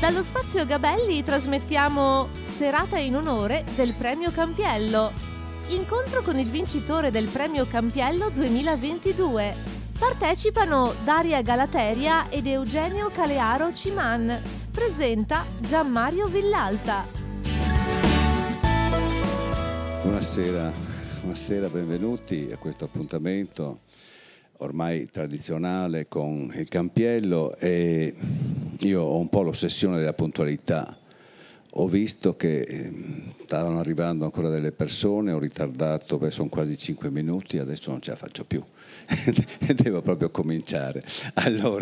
Dallo Spazio Gabelli trasmettiamo serata in onore del Premio Campiello. Incontro con il vincitore del Premio Campiello 2022. Partecipano Daria Galateria ed Eugenio Calearo Ciman. Presenta Gianmario Villalta. Buonasera, benvenuti a questo appuntamento ormai tradizionale con il Campiello. E io ho un po' l'ossessione della puntualità. Ho visto che stavano arrivando ancora delle persone, ho ritardato, sono quasi 5 minuti, adesso non ce la faccio più, devo proprio cominciare. Allora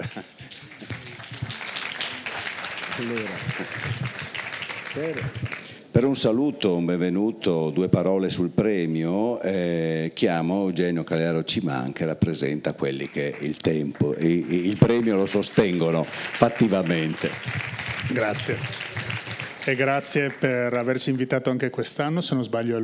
per un saluto, un benvenuto, 2 parole sul premio, chiamo Eugenio Calearo Ciman, che rappresenta quelli che il premio lo sostengono fattivamente. Grazie. E grazie per averci invitato anche quest'anno, se non sbaglio è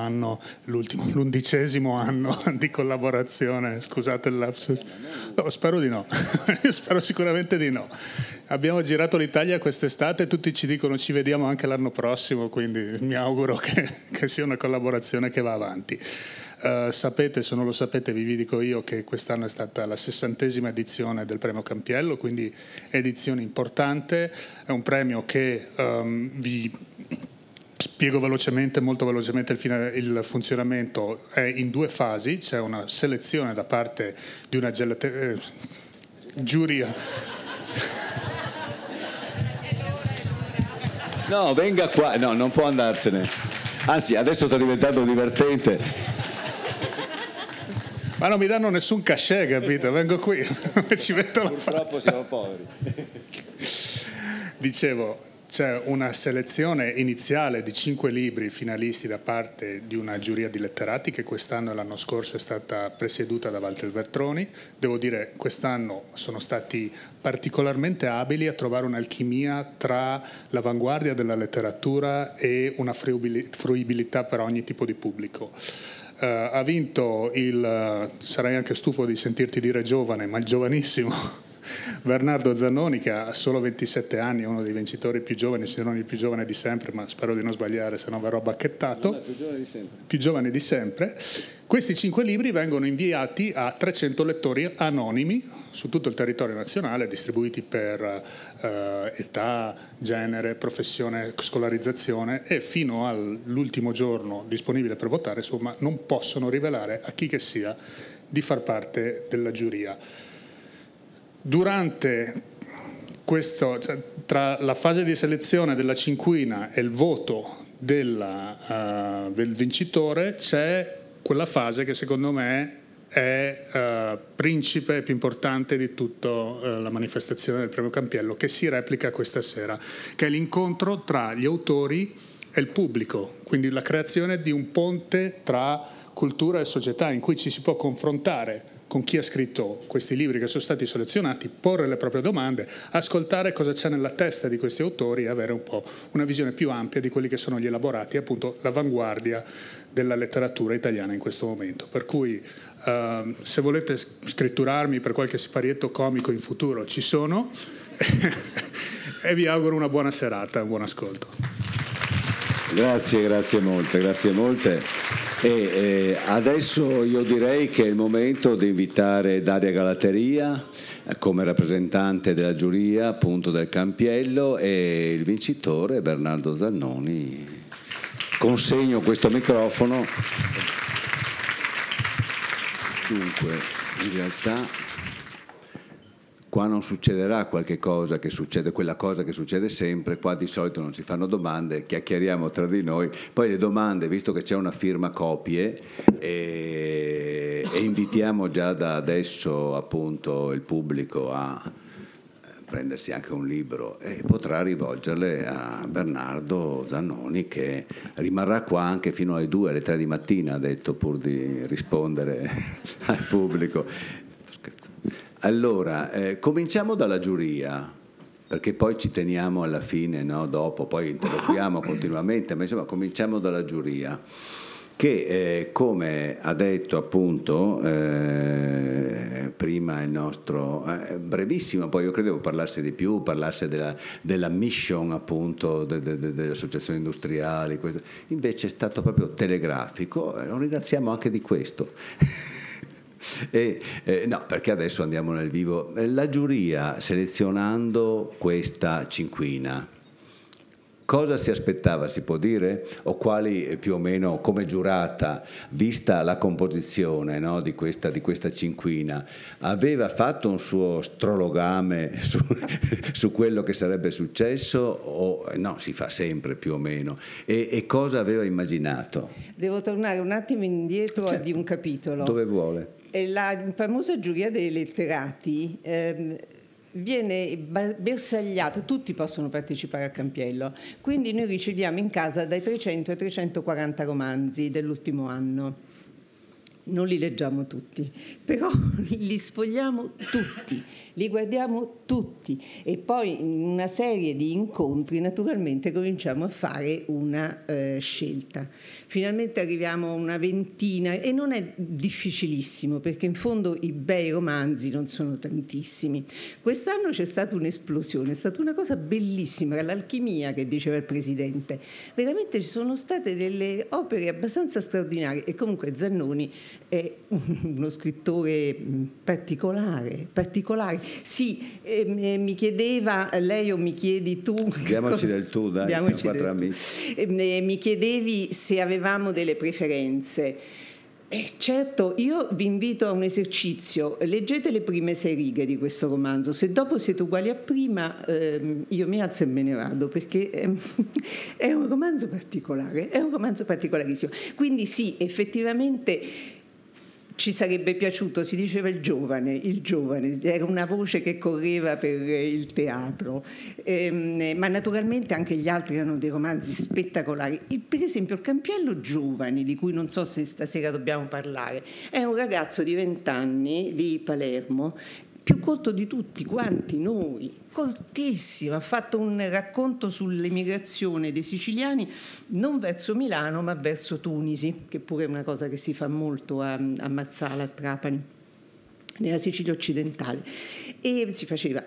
l'11° anno di collaborazione, scusate il lapsus. No, spero di no, spero sicuramente di no. Abbiamo girato l'Italia quest'estate, tutti ci dicono ci vediamo anche l'anno prossimo, quindi mi auguro che sia una collaborazione che va avanti. Sapete, se non lo sapete vi dico io che quest'anno è stata la 60ª edizione del Premio Campiello, quindi edizione importante, è un premio che vi spiego molto velocemente il funzionamento. È in 2 fasi, c'è una selezione da parte di una giuria. No, venga qua, no, non può andarsene, anzi adesso sta diventando divertente. Ma non mi danno nessun cachet, capito? Vengo qui e ci metto la faccia. Purtroppo siamo poveri. Dicevo, c'è una selezione iniziale di 5 libri finalisti da parte di una giuria di letterati che quest'anno e l'anno scorso è stata presieduta da Walter Veltroni. Devo dire, quest'anno sono stati particolarmente abili a trovare un'alchimia tra l'avanguardia della letteratura e una fruibilità per ogni tipo di pubblico. Ha vinto sarai anche stufo di sentirti dire giovane, ma il giovanissimo Bernardo Zannoni, che ha solo 27 anni, è uno dei vincitori più giovani, se non il più giovane di sempre, ma spero di non sbagliare, se no verrò bacchettato. No, più giovane di sempre. Più giovani di sempre. Questi 5 libri vengono inviati a 300 lettori anonimi su tutto il territorio nazionale, distribuiti per età, genere, professione, scolarizzazione, e fino all'ultimo giorno disponibile per votare, insomma, non possono rivelare a chi che sia di far parte della giuria. Durante questo, tra la fase di selezione della cinquina e il voto del vincitore, c'è quella fase che secondo me è principe più importante di tutta la manifestazione del Premio Campiello, che si replica questa sera, che è l'incontro tra gli autori e il pubblico, quindi la creazione di un ponte tra cultura e società in cui ci si può confrontare con chi ha scritto questi libri che sono stati selezionati, porre le proprie domande, ascoltare cosa c'è nella testa di questi autori e avere un po' una visione più ampia di quelli che sono gli elaborati, appunto l'avanguardia della letteratura italiana in questo momento. Per cui se volete scritturarmi per qualche siparietto comico in futuro ci sono e vi auguro una buona serata, un buon ascolto. Grazie molte. E adesso io direi che è il momento di invitare Daria Galateria come rappresentante della giuria, appunto, del Campiello, e il vincitore Bernardo Zannoni. Consegno questo microfono. Dunque, in realtà qua non succederà qualche cosa che succede, quella cosa che succede sempre. Qua di solito non si fanno domande, chiacchieriamo tra di noi. Poi le domande, visto che c'è una firma copie, e invitiamo già da adesso appunto il pubblico a prendersi anche un libro e potrà rivolgerle a Bernardo Zannoni, che rimarrà qua anche fino alle 2, alle 3 di mattina, ha detto, pur di rispondere al pubblico. Scherzo. Allora, cominciamo dalla giuria, perché poi ci teniamo alla fine, no? Dopo, poi interloquiamo continuamente, ma insomma cominciamo dalla giuria. che come ha detto appunto prima il nostro brevissimo, poi io credevo parlasse di più, parlasse della mission appunto delle associazioni industriali, invece è stato proprio telegrafico, lo ringraziamo anche di questo. No, perché adesso andiamo nel vivo. La giuria, selezionando questa cinquina, cosa si aspettava, si può dire? O quali più o meno, come giurata, vista la composizione, no, di questa cinquina, aveva fatto un suo strologame su quello che sarebbe successo o no, si fa sempre più o meno? E cosa aveva immaginato? Devo tornare un attimo indietro di un capitolo. Dove vuole? La famosa giuria dei letterati viene bersagliata, tutti possono partecipare al Campiello, quindi noi riceviamo in casa dai 300 ai 340 romanzi dell'ultimo anno. Non li leggiamo tutti, però li sfogliamo tutti, li guardiamo tutti e poi in una serie di incontri naturalmente cominciamo a fare una scelta. Finalmente arriviamo a una ventina e non è difficilissimo perché in fondo i bei romanzi non sono tantissimi. Quest'anno c'è stata un'esplosione, è stata una cosa bellissima, l'alchimia che diceva il Presidente. Veramente ci sono state delle opere abbastanza straordinarie e comunque Zannoni è uno scrittore particolare. Sì, mi chiedeva lei o mi chiedi tu? Diamoci del tu, dai, siamo quattro amici. Mi chiedevi se avevamo delle preferenze. Certo, io vi invito a un esercizio, leggete le prime 6 righe di questo romanzo, se dopo siete uguali a prima io mi alzo e me ne vado perché è un romanzo particolare, è un romanzo particolarissimo, quindi sì, effettivamente ci sarebbe piaciuto, si diceva il giovane, era una voce che correva per il teatro, ma naturalmente anche gli altri erano dei romanzi spettacolari. Per esempio il Campiello Giovani, di cui non so se stasera dobbiamo parlare, è un ragazzo di 20 anni di Palermo, più colto di tutti quanti noi, coltissimo, ha fatto un racconto sull'emigrazione dei siciliani non verso Milano ma verso Tunisi, che pure è una cosa che si fa molto a Mazzala, a Trapani, nella Sicilia occidentale, e si faceva.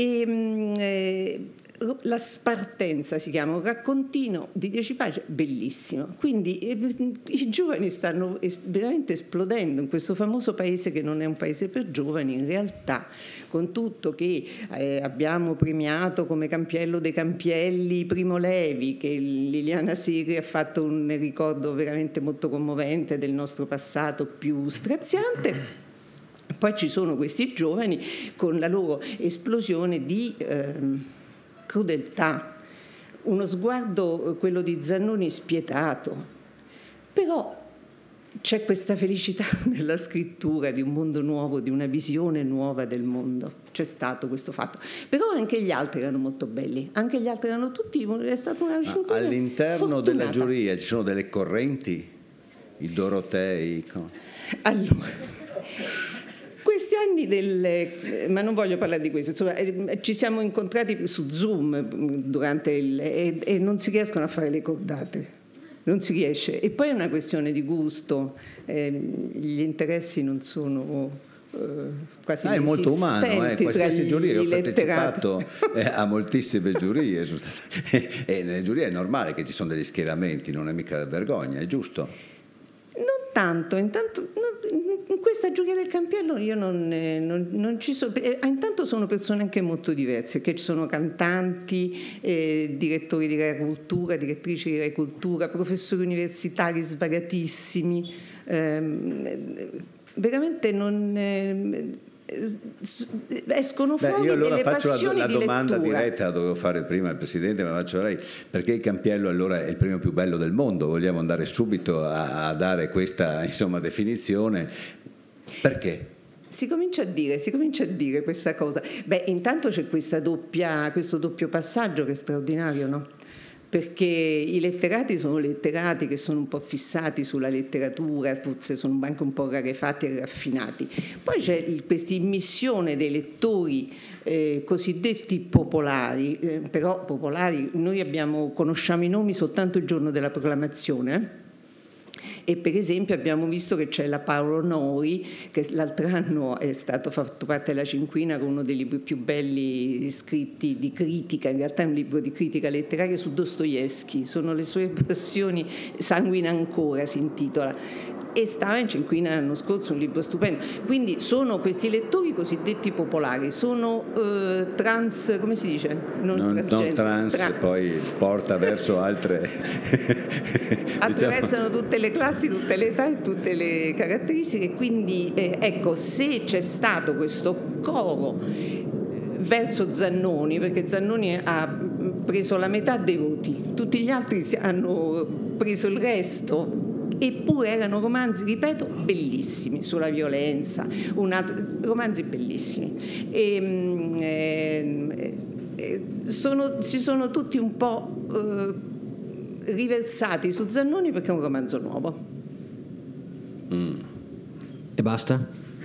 La Spartenza si chiama, un raccontino di 10 pagine, bellissimo. Quindi i giovani stanno veramente esplodendo in questo famoso paese che non è un paese per giovani, in realtà, con tutto che abbiamo premiato come Campiello dei Campielli Primo Levi, che Liliana Segri ha fatto un ricordo veramente molto commovente del nostro passato più straziante. Poi ci sono questi giovani con la loro esplosione di crudeltà, uno sguardo, quello di Zannoni, spietato, però c'è questa felicità della scrittura, di un mondo nuovo, di una visione nuova del mondo, c'è stato questo fatto, però anche gli altri erano molto belli, anche gli altri erano tutti, è stata una cinquina all'interno fortunata. Della giuria ci sono delle correnti, i Dorotei? Allora, questi anni ma non voglio parlare di questo, insomma, ci siamo incontrati su Zoom durante e non si riescono a fare le cordate, non si riesce, e poi è una questione di gusto, gli interessi non sono quasi è molto umano, qualsiasi giuria, io ho partecipato a moltissime giurie e nelle giurie è normale che ci sono degli schieramenti, non è mica vergogna, è giusto? Tanto, intanto in questa giuria del Campiello io non ci sono, intanto sono persone anche molto diverse, che ci sono cantanti, direttori di Rai Cultura, direttrici di Rai Cultura, professori universitari svagatissimi, veramente non escono fuori io allora delle faccio passioni la di domanda lettura. diretta, la dovevo fare prima il Presidente, ma la faccio a lei, perché il Campiello allora è il premio più bello del mondo? Vogliamo andare subito a dare questa definizione? Perché? Si comincia a dire questa cosa. Intanto c'è questo doppio passaggio che è straordinario, no? Perché i letterati sono letterati che sono un po' fissati sulla letteratura, forse sono anche un po' rarefatti e raffinati. Poi c'è questa immissione dei lettori cosiddetti popolari, però popolari, noi conosciamo i nomi soltanto il giorno della proclamazione, E per esempio abbiamo visto che c'è la Paolo Nori, che l'altro anno è stato fatto parte della Cinquina con uno dei libri più belli scritti di critica, in realtà è un libro di critica letteraria su Dostoevskij, sono le sue passioni, Sanguina ancora si intitola, e stava in Cinquina l'anno scorso, un libro stupendo. Quindi sono questi lettori cosiddetti popolari, sono trans, come si dice? Non trans, poi porta verso altre attraversano tutte le classi, tutte le età e tutte le caratteristiche, quindi ecco, se c'è stato questo coro verso Zannoni, perché Zannoni ha preso la metà dei voti, tutti gli altri hanno preso il resto, eppure erano romanzi, ripeto, bellissimi, sulla violenza, romanzi bellissimi. Si sono tutti un po' riversati su Zannoni perché è un romanzo nuovo. E basta?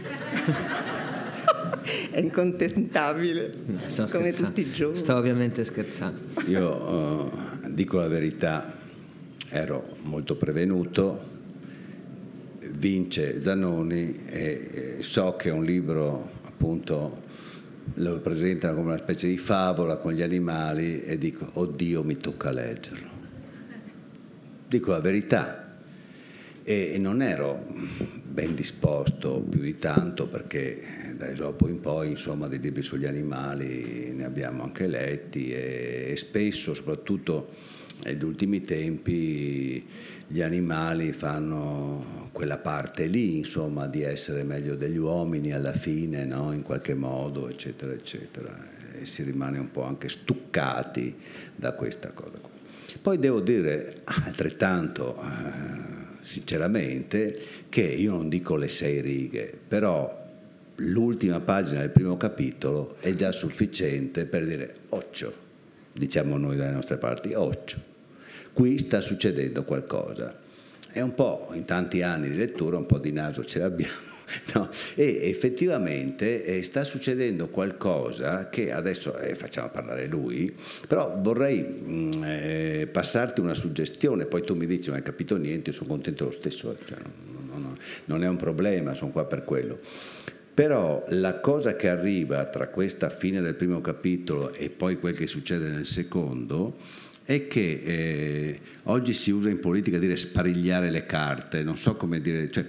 È incontentabile, come tutti i giorni. Sto ovviamente scherzando. Io dico la verità, ero molto prevenuto, vince Zannoni e so che è un libro, appunto, lo presentano come una specie di favola con gli animali e dico, oddio, mi tocca leggerlo. Dico la verità, e non ero ben disposto più di tanto, perché da Esopo in poi, insomma, dei libri sugli animali ne abbiamo anche letti, e spesso, soprattutto negli ultimi tempi, gli animali fanno quella parte lì, insomma, di essere meglio degli uomini alla fine, no? In qualche modo, eccetera, eccetera, e si rimane un po' anche stuccati da questa cosa qua. Poi devo dire altrettanto sinceramente che io non dico le 6 righe, però l'ultima pagina del primo capitolo è già sufficiente per dire occhio, diciamo noi dalle nostre parti, occhio, qui sta succedendo qualcosa. È un po', in tanti anni di lettura, un po' di naso ce l'abbiamo, no? E effettivamente sta succedendo qualcosa che adesso facciamo parlare lui, però vorrei passarti una suggestione, poi tu mi dici non hai capito niente, io sono contento lo stesso, cioè, non è un problema, sono qua per quello. Però la cosa che arriva tra questa fine del primo capitolo e poi quel che succede nel secondo è che oggi si usa in politica dire sparigliare le carte, non so come dire, cioè,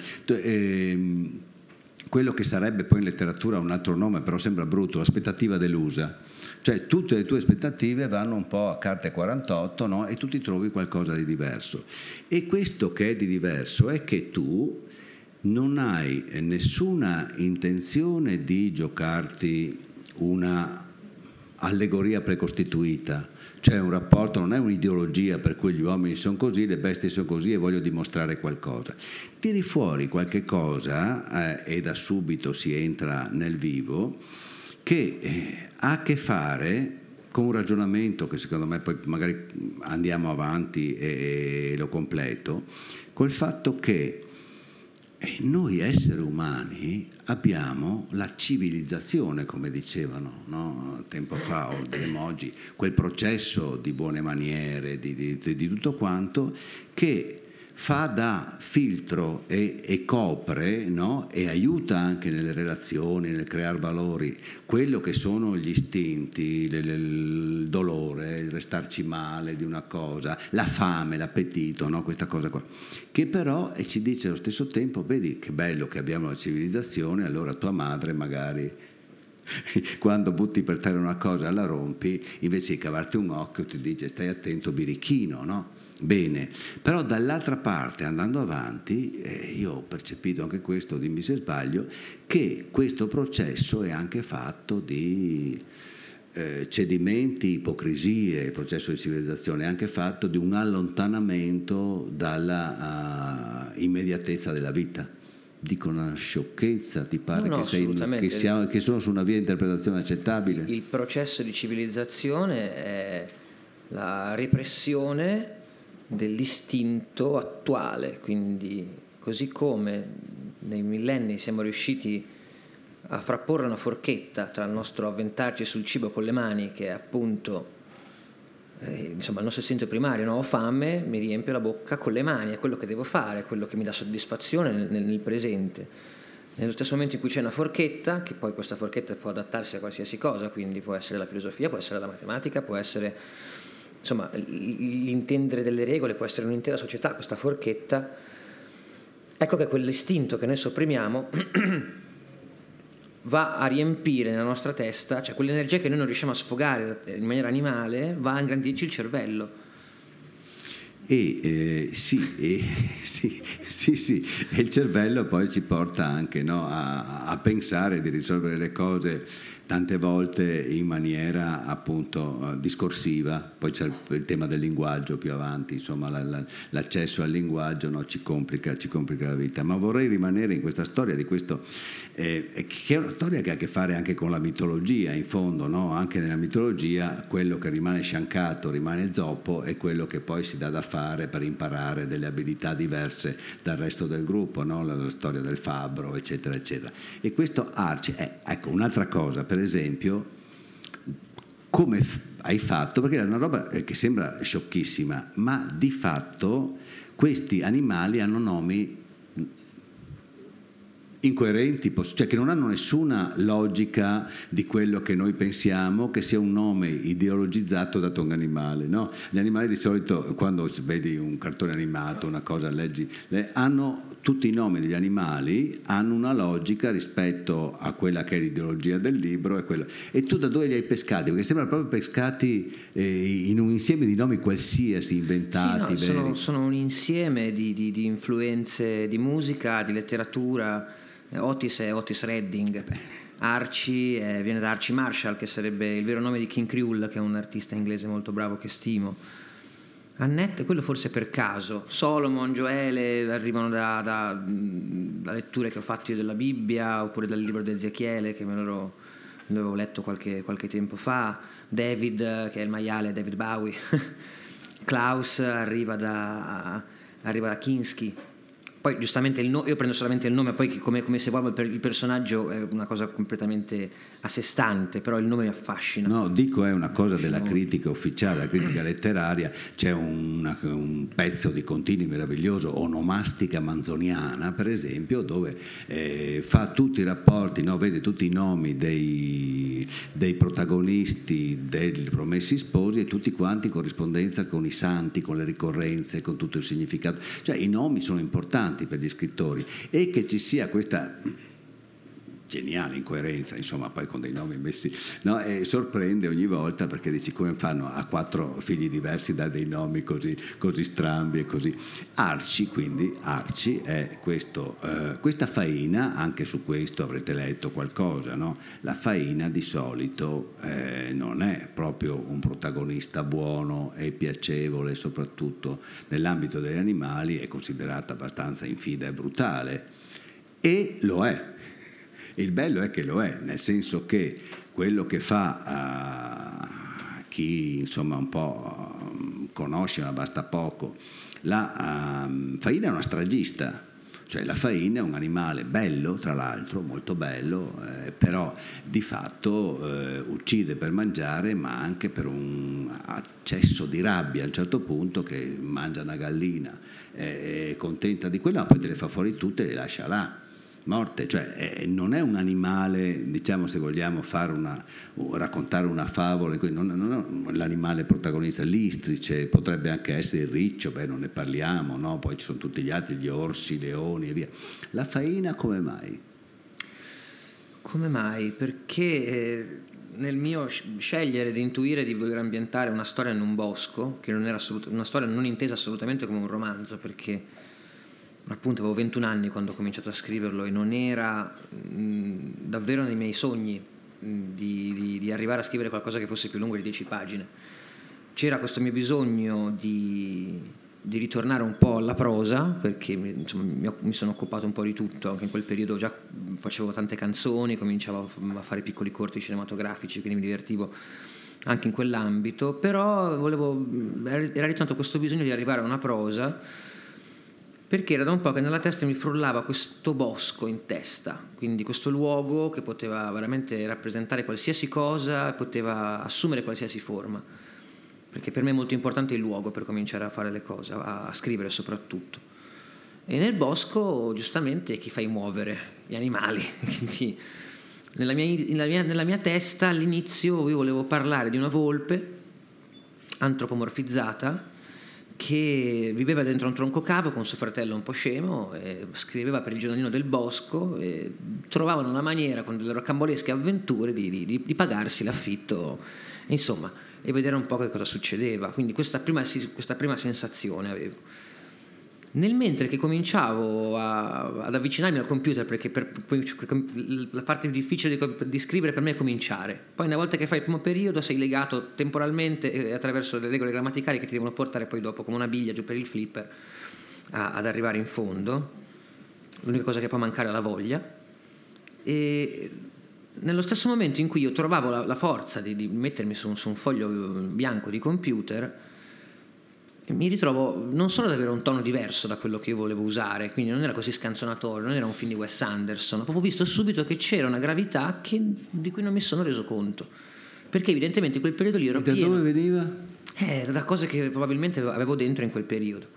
quello che sarebbe poi in letteratura un altro nome, però sembra brutto, l'aspettativa delusa. Cioè tutte le tue aspettative vanno un po' a carte 48, no? E tu ti trovi qualcosa di diverso. E questo che è di diverso è che tu non hai nessuna intenzione di giocarti una allegoria precostituita, cioè un rapporto, non è un'ideologia per cui gli uomini sono così, le bestie sono così e voglio dimostrare qualcosa. Tiri fuori qualche cosa e da subito si entra nel vivo che ha a che fare con un ragionamento che secondo me poi magari andiamo avanti e lo completo, col fatto che noi esseri umani abbiamo la civilizzazione, come dicevano, no? Tempo fa, o delle emoji, quel processo di buone maniere, di tutto quanto, che fa da filtro e copre, no? E aiuta anche nelle relazioni, nel creare valori, quello che sono gli istinti, il dolore, il restarci male di una cosa, la fame, l'appetito, no? Questa cosa qua, che però ci dice allo stesso tempo, vedi che bello che abbiamo la civilizzazione, allora tua madre magari quando butti per terra una cosa la rompi, invece di cavarti un occhio ti dice stai attento birichino, no? Bene, però dall'altra parte, andando avanti, io ho percepito anche questo, dimmi se sbaglio, che questo processo è anche fatto di cedimenti, ipocrisie, il processo di civilizzazione è anche fatto di un allontanamento dalla immediatezza della vita. Dico una sciocchezza, ti pare no, che sono su una via di interpretazione accettabile? Il processo di civilizzazione è la repressione dell'istinto attuale, quindi così come nei millenni siamo riusciti a frapporre una forchetta tra il nostro avventarci sul cibo con le mani, che è appunto insomma il nostro istinto primario, no? Ho fame, mi riempio la bocca con le mani, è quello che devo fare, è quello che mi dà soddisfazione nel presente. Nello stesso momento in cui c'è una forchetta, che poi questa forchetta può adattarsi a qualsiasi cosa, quindi può essere la filosofia, può essere la matematica, può essere, insomma, l'intendere delle regole, può essere un'intera società, questa forchetta. Ecco che quell'istinto che noi sopprimiamo va a riempire nella nostra testa, cioè quell'energia che noi non riusciamo a sfogare in maniera animale, va a ingrandirci il cervello. Sì, e il cervello poi ci porta anche, no, a pensare di risolvere le cose tante volte in maniera appunto discorsiva. Poi c'è il tema del linguaggio più avanti, insomma l'accesso al linguaggio, no, ci complica la vita. Ma vorrei rimanere in questa storia di questo che è una storia che ha a che fare anche con la mitologia, in fondo, no? Anche nella mitologia quello che rimane sciancato rimane zoppo, e quello che poi si dà da fare per imparare delle abilità diverse dal resto del gruppo, no? La storia del fabbro, eccetera eccetera. E questo Arci, ecco un'altra cosa, per esempio, come hai fatto, perché è una roba che sembra sciocchissima, ma di fatto questi animali hanno nomi incoerenti, cioè che non hanno nessuna logica di quello che noi pensiamo che sia un nome ideologizzato dato a un animale, no? Gli animali di solito, quando vedi un cartone animato, una cosa, leggi, hanno tutti i nomi degli animali hanno una logica rispetto a quella che è l'ideologia del libro, e tu da dove li hai pescati? Perché sembrano proprio pescati in un insieme di nomi qualsiasi inventati. Sì, no, sono un insieme di influenze di musica, di letteratura. Otis è Otis Redding, Archie viene da Archie Marshall, che sarebbe il vero nome di King Creole, che è un artista inglese molto bravo che stimo. Annette, quello forse per caso. Solomon, Gioele arrivano da letture che ho fatto io della Bibbia, oppure dal libro di Ezechiele che l'avevo letto qualche tempo fa. David, che è il maiale, David Bowie. Klaus arriva da Kinski. Poi giustamente io prendo solamente il nome, poi come si evolve il personaggio è una cosa completamente a sé stante, però il nome mi affascina. No, dico, è una cosa della critica ufficiale, la critica letteraria. C'è un pezzo di Contini meraviglioso, Onomastica manzoniana, per esempio, dove fa tutti i rapporti, no? Vede tutti i nomi dei protagonisti dei Promessi Sposi, e tutti quanti in corrispondenza con i santi, con le ricorrenze, con tutto il significato. Cioè i nomi sono importanti per gli scrittori, e che ci sia questa geniale incoerenza, insomma, poi con dei nomi messi, no? E sorprende ogni volta, perché dici, come fanno a 4 figli diversi da dei nomi così strambi e così. Arci è questa faina, anche su questo avrete letto qualcosa, no? La faina di solito non è proprio un protagonista buono e piacevole, soprattutto nell'ambito degli animali è considerata abbastanza infida e brutale, e lo è. Il bello è che lo è, nel senso che quello che fa chi insomma un po' conosce, ma basta poco, la faina è una stragista. Cioè la faina è un animale bello, tra l'altro, molto bello, però di fatto uccide per mangiare, ma anche per un accesso di rabbia a un certo punto, che mangia una gallina, è contenta di quello, ma poi te le fa fuori tutte e le lascia là. Morte, cioè non è un animale, diciamo, se vogliamo raccontare una favola, non è l'animale protagonista. L'istrice potrebbe anche essere il riccio, non ne parliamo, no? Poi ci sono tutti gli altri, gli orsi, i leoni e via. La faina come mai? Come mai? Perché nel mio scegliere di intuire di voler ambientare una storia in un bosco, che non era una storia non intesa assolutamente come un romanzo, perché appunto avevo 21 anni quando ho cominciato a scriverlo, e non era davvero nei miei sogni di arrivare a scrivere qualcosa che fosse più lungo di 10 pagine. C'era questo mio bisogno di ritornare un po' alla prosa, perché insomma, mi sono occupato un po' di tutto. Anche in quel periodo già facevo tante canzoni, cominciavo a fare piccoli corti cinematografici, quindi mi divertivo anche in quell'ambito, però era ritornato questo bisogno di arrivare a una prosa, perché era da un po' che nella testa mi frullava questo bosco in testa, quindi questo luogo che poteva veramente rappresentare qualsiasi cosa, poteva assumere qualsiasi forma. perché per me è molto importante il luogo per cominciare a fare le cose, a scrivere soprattutto. E nel bosco, giustamente, chi fai muovere? Gli animali. Quindi nella mia testa all'inizio io volevo parlare di una volpe antropomorfizzata che viveva dentro un tronco cavo con suo fratello un po' scemo, e scriveva per il giornalino del bosco e trovavano una maniera con delle rocambolesche avventure di pagarsi l'affitto, insomma, e vedere un po' che cosa succedeva. Quindi questa prima sensazione avevo. Nel mentre che cominciavo ad avvicinarmi al computer, perché la parte difficile di scrivere per me è cominciare. Poi una volta che fai il primo periodo sei legato temporalmente attraverso le regole grammaticali che ti devono portare poi dopo come una biglia giù per il flipper ad arrivare in fondo. L'unica cosa che può mancare è la voglia. E nello stesso momento in cui io trovavo la forza di mettermi su un foglio bianco di computer, mi ritrovo non solo ad avere un tono diverso da quello che io volevo usare, quindi non era così scanzonatorio, non era un film di Wes Anderson, ho proprio visto subito che c'era una gravità di cui non mi sono reso conto, perché evidentemente in quel periodo lì ero pieno. E da dove veniva? Da cose che probabilmente avevo dentro in quel periodo.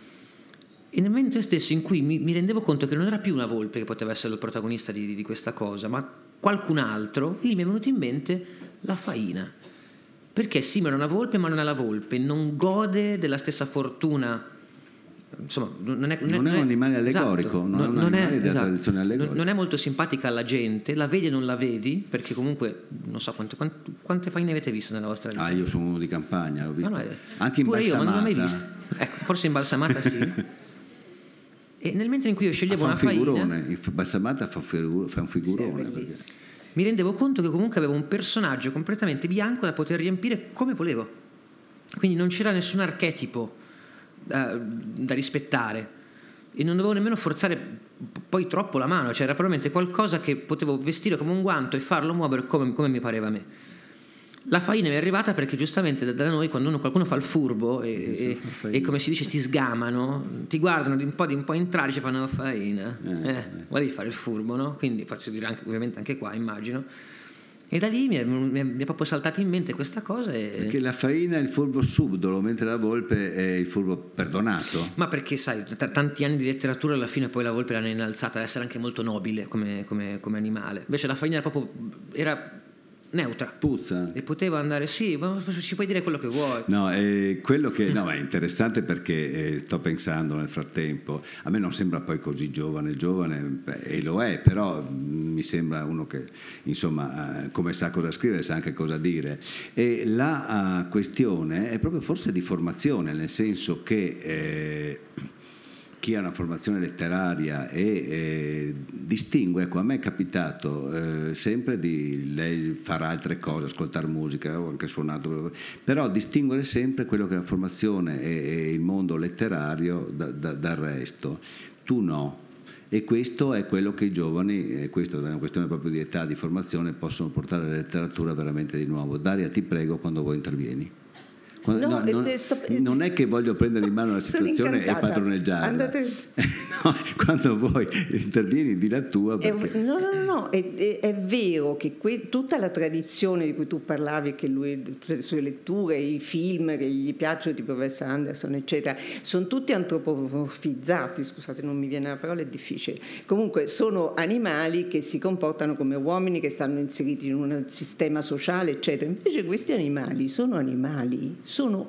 E nel momento stesso in cui mi rendevo conto che non era più una volpe che poteva essere il protagonista di questa cosa, ma qualcun altro, lì mi è venuto in mente la faina. Perché simula una volpe ma non è la volpe, non gode della stessa fortuna, insomma non è un animale allegorico, esatto, non è un animale della tradizione allegorica. Non è molto simpatica alla gente, la vedi e non la vedi, perché comunque non so quante faine avete visto nella vostra vita. Io sono uno di campagna, l'ho visto. Anche Pure imbalsamata. Io, ma non l'ho mai visto. Ecco, forse imbalsamata sì. E nel mentre in cui io sceglievo una faina, imbalsamata fa un figurone, sì, mi rendevo conto che comunque avevo un personaggio completamente bianco da poter riempire come volevo, quindi non c'era nessun archetipo da rispettare e non dovevo nemmeno forzare poi troppo la mano, cioè era probabilmente qualcosa che potevo vestire come un guanto e farlo muovere come mi pareva a me. La faina mi è arrivata perché giustamente da noi quando qualcuno fa il furbo e come si dice ti sgamano, ti guardano di un po' entrare, ci fanno la faina, volevi fare il furbo, no? Quindi faccio dire ovviamente anche qua, immagino. E da lì mi è proprio saltata in mente questa cosa. Perché la faina è il furbo subdolo, mentre la volpe è il furbo perdonato. Ma perché sai, tanti anni di letteratura alla fine poi la volpe l'hanno innalzata ad essere anche molto nobile come animale. Invece la faina era neutra, puzza e poteva andare ma ci puoi dire quello che vuoi. Quello che è interessante perché sto pensando nel frattempo, a me non sembra poi così giovane e lo è, però mi sembra uno che insomma come sa cosa scrivere sa anche cosa dire, e la questione è proprio forse di formazione, nel senso che chi ha una formazione letteraria e distingue, ecco, a me è capitato sempre di lei fare altre cose, ascoltare musica, ho anche suonato, però distinguere sempre quello che è la formazione e il mondo letterario dal resto. Tu no. E questo è quello che i giovani, e questo è una questione proprio di età, di formazione, possono portare alla letteratura veramente di nuovo. Daria, ti prego, quando vuoi intervieni. Non è che voglio prendere in mano la situazione e padroneggiarla. No, quando vuoi intervieni di la tua. Perché... No, è vero che tutta la tradizione di cui tu parlavi, che lui, le sue letture, i film che gli piacciono, tipo Wes Anderson, eccetera, sono tutti antropomorfizzati, scusate, non mi viene la parola, è difficile. Comunque sono animali che si comportano come uomini, che stanno inseriti in un sistema sociale, eccetera. Invece questi animali sono animali.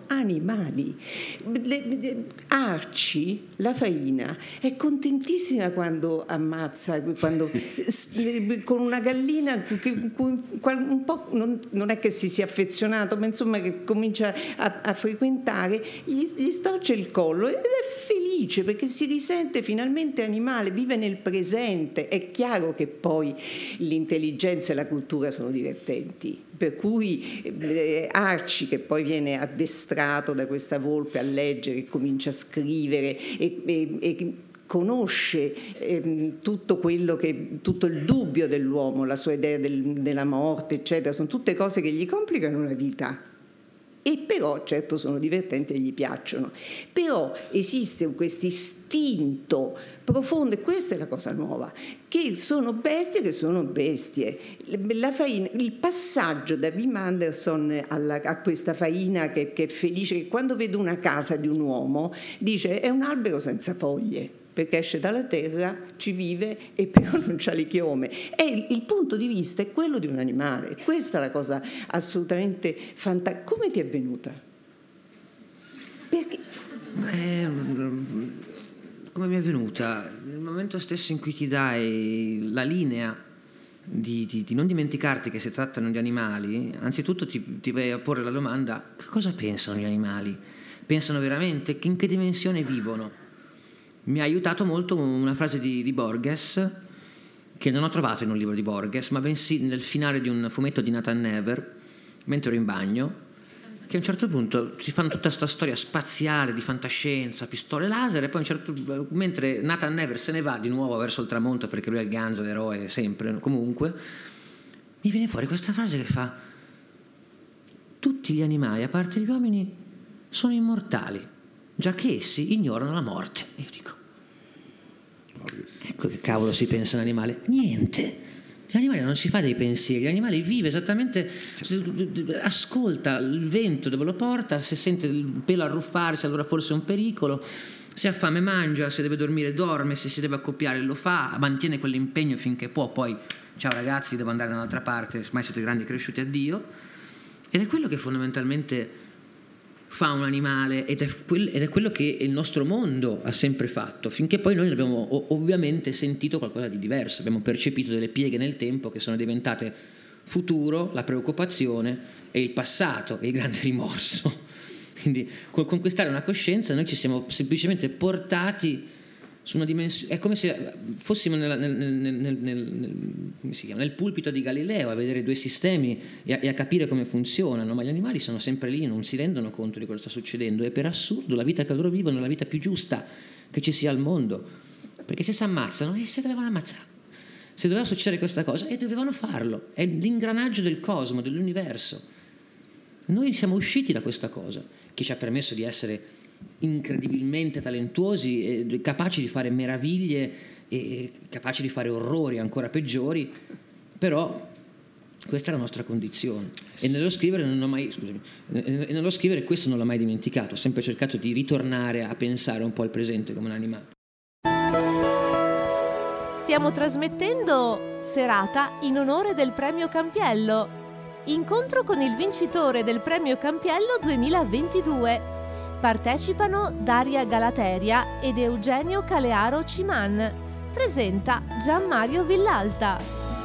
Arci, la faina, è contentissima quando ammazza, con una gallina che un po' non è che si sia affezionato, ma insomma che comincia a frequentare, gli storce il collo ed è felice perché si risente finalmente animale, vive nel presente. È chiaro che poi l'intelligenza e la cultura sono divertenti, per cui Arci, che poi viene addestrato da questa volpe a leggere, comincia a scrivere e conosce tutto il dubbio dell'uomo, la sua idea della morte, eccetera, sono tutte cose che gli complicano la vita. e però certo sono divertenti e gli piacciono. Però esiste questo istinto profondo, e questa è la cosa nuova, che sono bestie che sono bestie. La faina, il passaggio da Wim Anderson a questa faina che è felice, che quando vede una casa di un uomo dice è un albero senza foglie, perché esce dalla terra, ci vive e però non c'ha le chiome. E il punto di vista è quello di un animale. Questa è la cosa assolutamente fantastica. Come ti è venuta? Perché? Come mi è venuta? Nel momento stesso in cui ti dai la linea di non dimenticarti che si trattano di animali, anzitutto ti vai a porre la domanda: che cosa pensano gli animali? Pensano veramente? In che dimensione vivono? Mi ha aiutato molto una frase di Borges, che non ho trovato in un libro di Borges, ma bensì nel finale di un fumetto di Nathan Never, mentre ero in bagno, che a un certo punto si fanno tutta questa storia spaziale di fantascienza, pistole laser, e poi mentre Nathan Never se ne va di nuovo verso il tramonto, perché lui è il ganzo, l'eroe sempre, comunque, mi viene fuori questa frase che fa: tutti gli animali, a parte gli uomini, sono immortali, già che essi ignorano la morte. E io dico, ecco che cavolo si pensa un animale. Niente. L'animale non si fa dei pensieri, l'animale vive esattamente, ascolta il vento dove lo porta, se sente il pelo arruffarsi allora forse è un pericolo, se ha fame mangia, se deve dormire dorme, se si deve accoppiare lo fa, mantiene quell'impegno finché può, poi ciao ragazzi devo andare da un'altra parte, ormai siete grandi e cresciuti, addio. Ed è quello che fondamentalmente fa un animale ed è quello che il nostro mondo ha sempre fatto, finché poi noi abbiamo ovviamente sentito qualcosa di diverso, abbiamo percepito delle pieghe nel tempo che sono diventate futuro, la preoccupazione e il passato e il grande rimorso. Quindi col conquistare una coscienza noi ci siamo semplicemente portati su una dimensione, è come se fossimo nel pulpito di Galileo a vedere due sistemi e a capire come funzionano, ma gli animali sono sempre lì, non si rendono conto di cosa sta succedendo, e per assurdo la vita che loro vivono è la vita più giusta che ci sia al mondo, perché se si ammazzano si dovevano ammazzare, se doveva succedere questa cosa e dovevano farlo, è l'ingranaggio del cosmo, dell'universo. Noi siamo usciti da questa cosa che ci ha permesso di essere incredibilmente talentuosi, capaci di fare meraviglie e capaci di fare orrori ancora peggiori, però questa è la nostra condizione, e nello scrivere questo non l'ho mai dimenticato, ho sempre cercato di ritornare a pensare un po' al presente come un animale. Stiamo trasmettendo Serata in onore del Premio Campiello. Incontro con il vincitore del Premio Campiello 2022. Partecipano Daria Galateria ed Eugenio Calearo Ciman. Presenta Gianmario Villalta.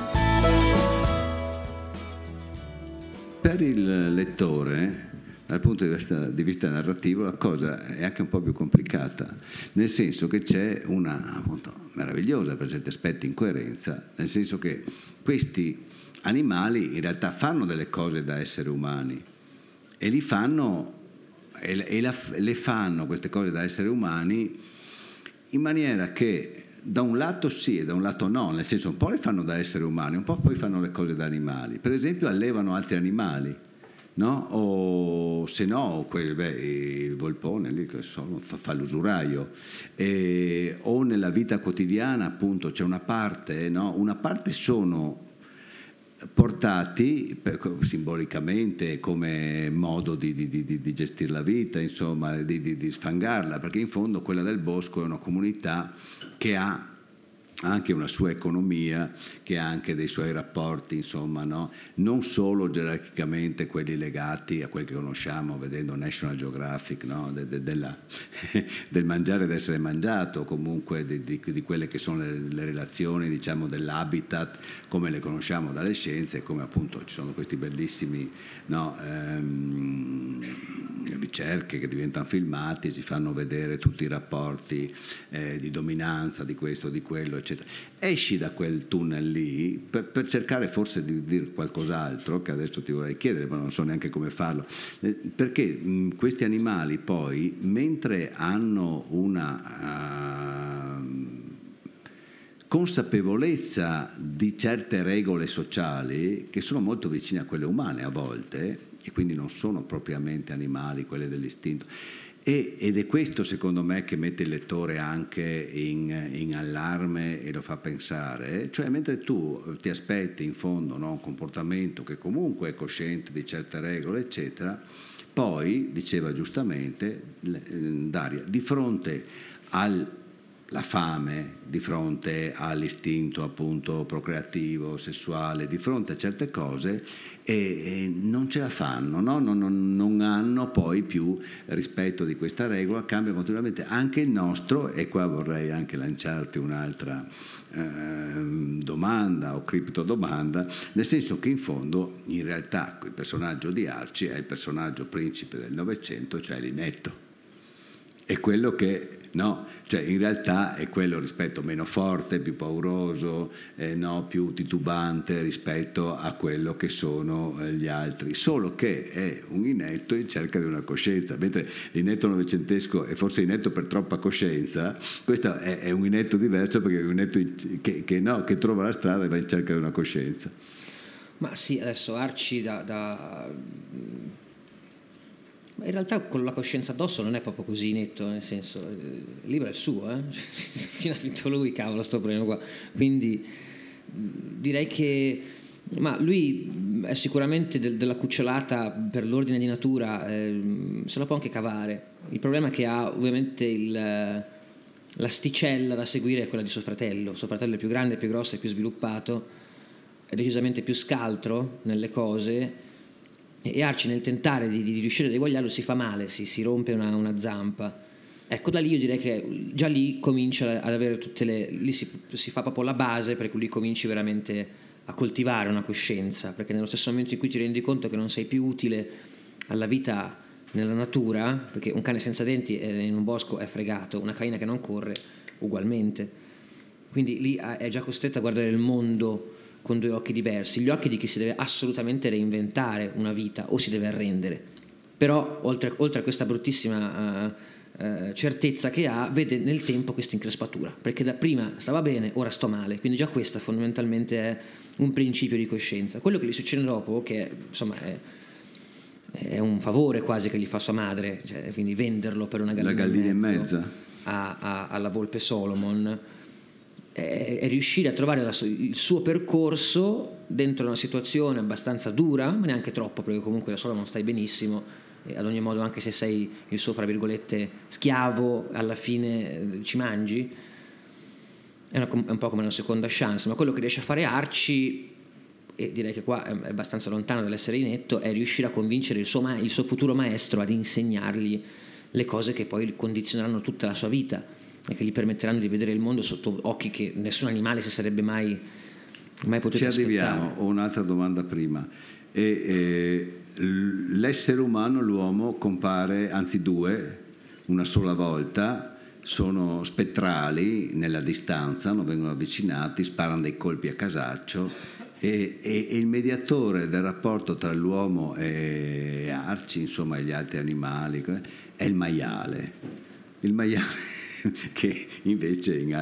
Per il lettore, dal punto di vista narrativo, la cosa è anche un po' più complicata, nel senso che c'è una, appunto, meravigliosa per certi aspetti incoerenza, nel senso che questi animali in realtà fanno delle cose da esseri umani e li fanno le fanno queste cose da esseri umani in maniera che da un lato sì e da un lato no, nel senso un po' le fanno da esseri umani, un po' poi fanno le cose da animali. Per esempio allevano altri animali, no? O se no il volpone lì che fa l'usuraio, o nella vita quotidiana appunto c'è una parte, no? Una parte sono portati simbolicamente come modo di gestire la vita, insomma, di sfangarla, perché in fondo quella del bosco è una comunità che ha anche una sua economia, che ha anche dei suoi rapporti, insomma, no? Non solo gerarchicamente quelli legati a quelli che conosciamo vedendo National Geographic, no? Del mangiare ed essere mangiato, comunque di quelle che sono le relazioni, diciamo, dell'habitat come le conosciamo dalle scienze, e come appunto ci sono questi bellissimi, no, ricerche che diventano filmati e ci fanno vedere tutti i rapporti di dominanza di questo, di quello, eccetera. Esci da quel tunnel lì per cercare forse di dire qualcos'altro che adesso ti vorrei chiedere, ma non so neanche come farlo, perché questi animali poi, mentre hanno una consapevolezza di certe regole sociali che sono molto vicine a quelle umane a volte, e quindi non sono propriamente animali quelle dell'istinto. Ed è questo secondo me che mette il lettore anche in allarme e lo fa pensare, cioè mentre tu ti aspetti in fondo, no, un comportamento che comunque è cosciente di certe regole eccetera, poi diceva giustamente Daria, di fronte alla fame, di fronte all'istinto appunto procreativo, sessuale, di fronte a certe cose e non ce la fanno, no? Non hanno poi più rispetto di questa regola, cambia continuamente anche il nostro, e qua vorrei anche lanciarti un'altra domanda o criptodomanda, nel senso che in fondo in realtà il personaggio di Arci è il personaggio principe del Novecento, cioè l'inetto, è quello che no, cioè in realtà è quello rispetto meno forte, più pauroso, no, più titubante rispetto a quello che sono gli altri, solo che è un inetto in cerca di una coscienza, mentre l'inetto novecentesco è forse inetto per troppa coscienza, questo è un inetto diverso perché è un inetto che trova la strada e va in cerca di una coscienza. Ma sì, adesso Arci in realtà con la coscienza addosso non è proprio così netto, nel senso, il libro è il suo, fino a vinto lui, cavolo, sto premio qua, quindi direi che lui è sicuramente della cucciolata per l'ordine di natura, se la può anche cavare. Il problema è che ha ovviamente l'asticella da seguire è quella di suo fratello è più grande, più grosso, è più sviluppato, è decisamente più scaltro nelle cose, e Arci nel tentare di riuscire ad eguagliarlo si fa male, si rompe una zampa. Ecco, da lì io direi che già lì comincia ad avere lì si fa proprio la base per cui lì cominci veramente a coltivare una coscienza, perché nello stesso momento in cui ti rendi conto che non sei più utile alla vita nella natura, perché un cane senza denti in un bosco è fregato, una canina che non corre ugualmente, quindi lì è già costretto a guardare il mondo con due occhi diversi, gli occhi di chi si deve assolutamente reinventare una vita o si deve arrendere, però oltre a questa bruttissima certezza che ha, vede nel tempo questa increspatura, perché da prima stava bene, ora sto male, quindi già questa fondamentalmente è un principio di coscienza. Quello che gli succede dopo, che insomma è un favore quasi che gli fa sua madre, cioè, quindi venderlo per una gallina e mezza alla volpe Solomon, è riuscire a trovare il suo percorso dentro una situazione abbastanza dura, ma neanche troppo, perché comunque da solo non stai benissimo, e ad ogni modo anche se sei il suo fra virgolette schiavo alla fine ci mangi, è un po' come una seconda chance. Ma quello che riesce a fare Arci, e direi che qua è abbastanza lontano dall'essere inetto, è riuscire a convincere il suo futuro maestro ad insegnargli le cose che poi condizioneranno tutta la sua vita e che gli permetteranno di vedere il mondo sotto occhi che nessun animale si sarebbe mai potuto Ci aspettare. arriviamo. Ho un'altra domanda prima. L'essere umano, l'uomo, compare, anzi due, una sola volta, sono spettrali nella distanza, non vengono avvicinati, sparano dei colpi a casaccio, e il mediatore del rapporto tra l'uomo e Arci, insomma, e gli altri animali, è il maiale. Il maiale che invece in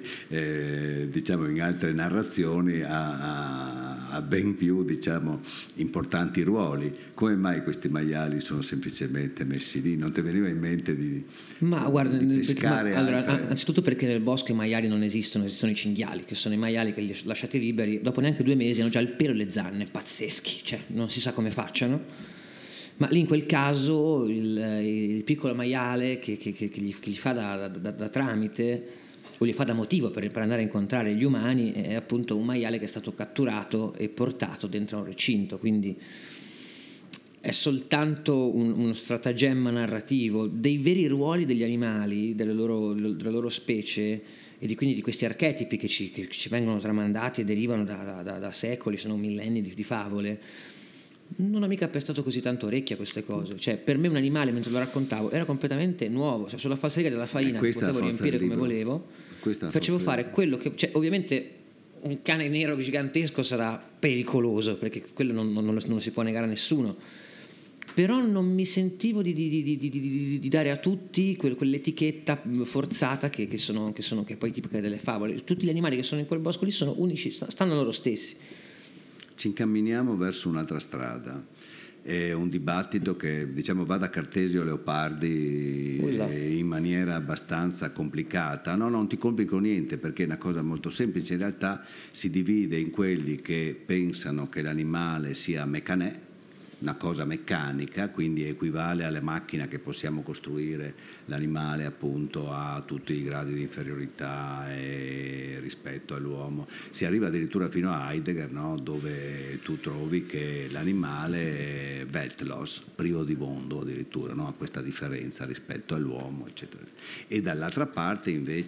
altre narrazioni ha ben più importanti ruoli. Come mai questi maiali sono semplicemente messi lì? Non ti veniva in mente di pescare? Anzitutto perché nel bosco i maiali non esistono i cinghiali, che sono i maiali che li lasciati liberi dopo neanche 2 mesi hanno già il pelo e le zanne, pazzeschi, cioè non si sa come facciano. Ma lì in quel caso il piccolo maiale che gli fa da tramite o gli fa da motivo per andare a incontrare gli umani è appunto un maiale che è stato catturato e portato dentro un recinto, quindi è soltanto uno stratagemma narrativo dei veri ruoli degli animali, della loro specie, e quindi di questi archetipi che ci vengono tramandati e derivano da secoli, se non millenni di favole. Non ho mica prestato così tanto orecchio a queste cose, cioè per me un animale mentre lo raccontavo era completamente nuovo, cioè, sulla falsariga della faina potevo riempire come volevo, facevo fare quello che, cioè, ovviamente un cane nero gigantesco sarà pericoloso perché quello non lo si può negare a nessuno, però non mi sentivo di dare a tutti quell'etichetta forzata che è poi tipica delle favole. Tutti gli animali che sono in quel bosco lì sono unici, stanno loro stessi. Ci incamminiamo verso un'altra strada, è un dibattito che diciamo va da Cartesio a Leopardi in maniera abbastanza complicata. No, non ti complico niente, perché è una cosa molto semplice. In realtà si divide in quelli che pensano che l'animale sia mecanè, una cosa meccanica, quindi equivale alla macchina che possiamo costruire. L'animale appunto ha tutti i gradi di inferiorità rispetto all'uomo. Si arriva addirittura fino a Heidegger, no? Dove tu trovi che l'animale è weltlos, privo di mondo addirittura, no? Ha questa differenza rispetto all'uomo, eccetera. E dall'altra parte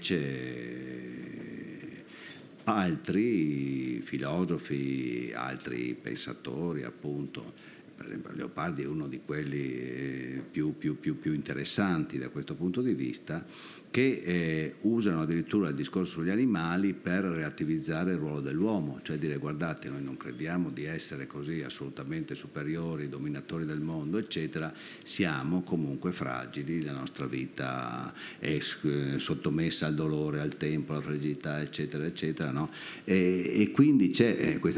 invece altri filosofi, altri pensatori appunto, per esempio Leopardi è uno di quelli più interessanti da questo punto di vista, che usano addirittura il discorso sugli animali per relativizzare il ruolo dell'uomo, cioè dire: guardate, noi non crediamo di essere così assolutamente superiori, dominatori del mondo, eccetera, siamo comunque fragili, la nostra vita è sottomessa al dolore, al tempo, alla fragilità, eccetera, eccetera, no? E quindi c'è questa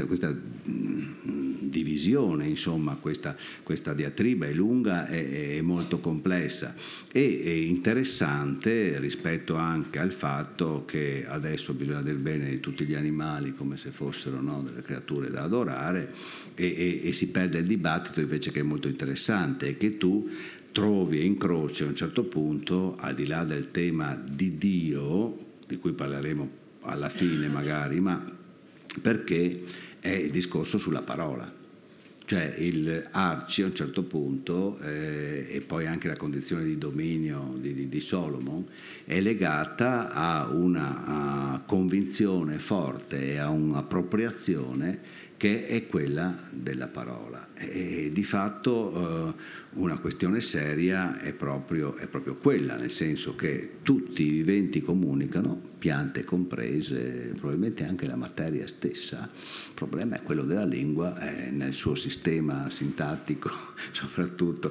divisione, insomma, questa diatriba è lunga e molto complessa e interessante rispetto anche al fatto che adesso bisogna del bene di tutti gli animali come se fossero, no, delle creature da adorare, e si perde il dibattito invece, che è molto interessante, e che tu trovi e incroci a un certo punto, al di là del tema di Dio, di cui parleremo alla fine magari, ma perché è il discorso sulla parola. Cioè il Arci a un certo punto, e poi anche la condizione di dominio di Solomon, è legata a una convinzione forte e a un'appropriazione che è quella della parola. E di fatto una questione seria è proprio quella, nel senso che tutti i viventi comunicano, piante comprese, probabilmente anche la materia stessa. Il problema è quello della lingua, nel suo sistema sintattico soprattutto,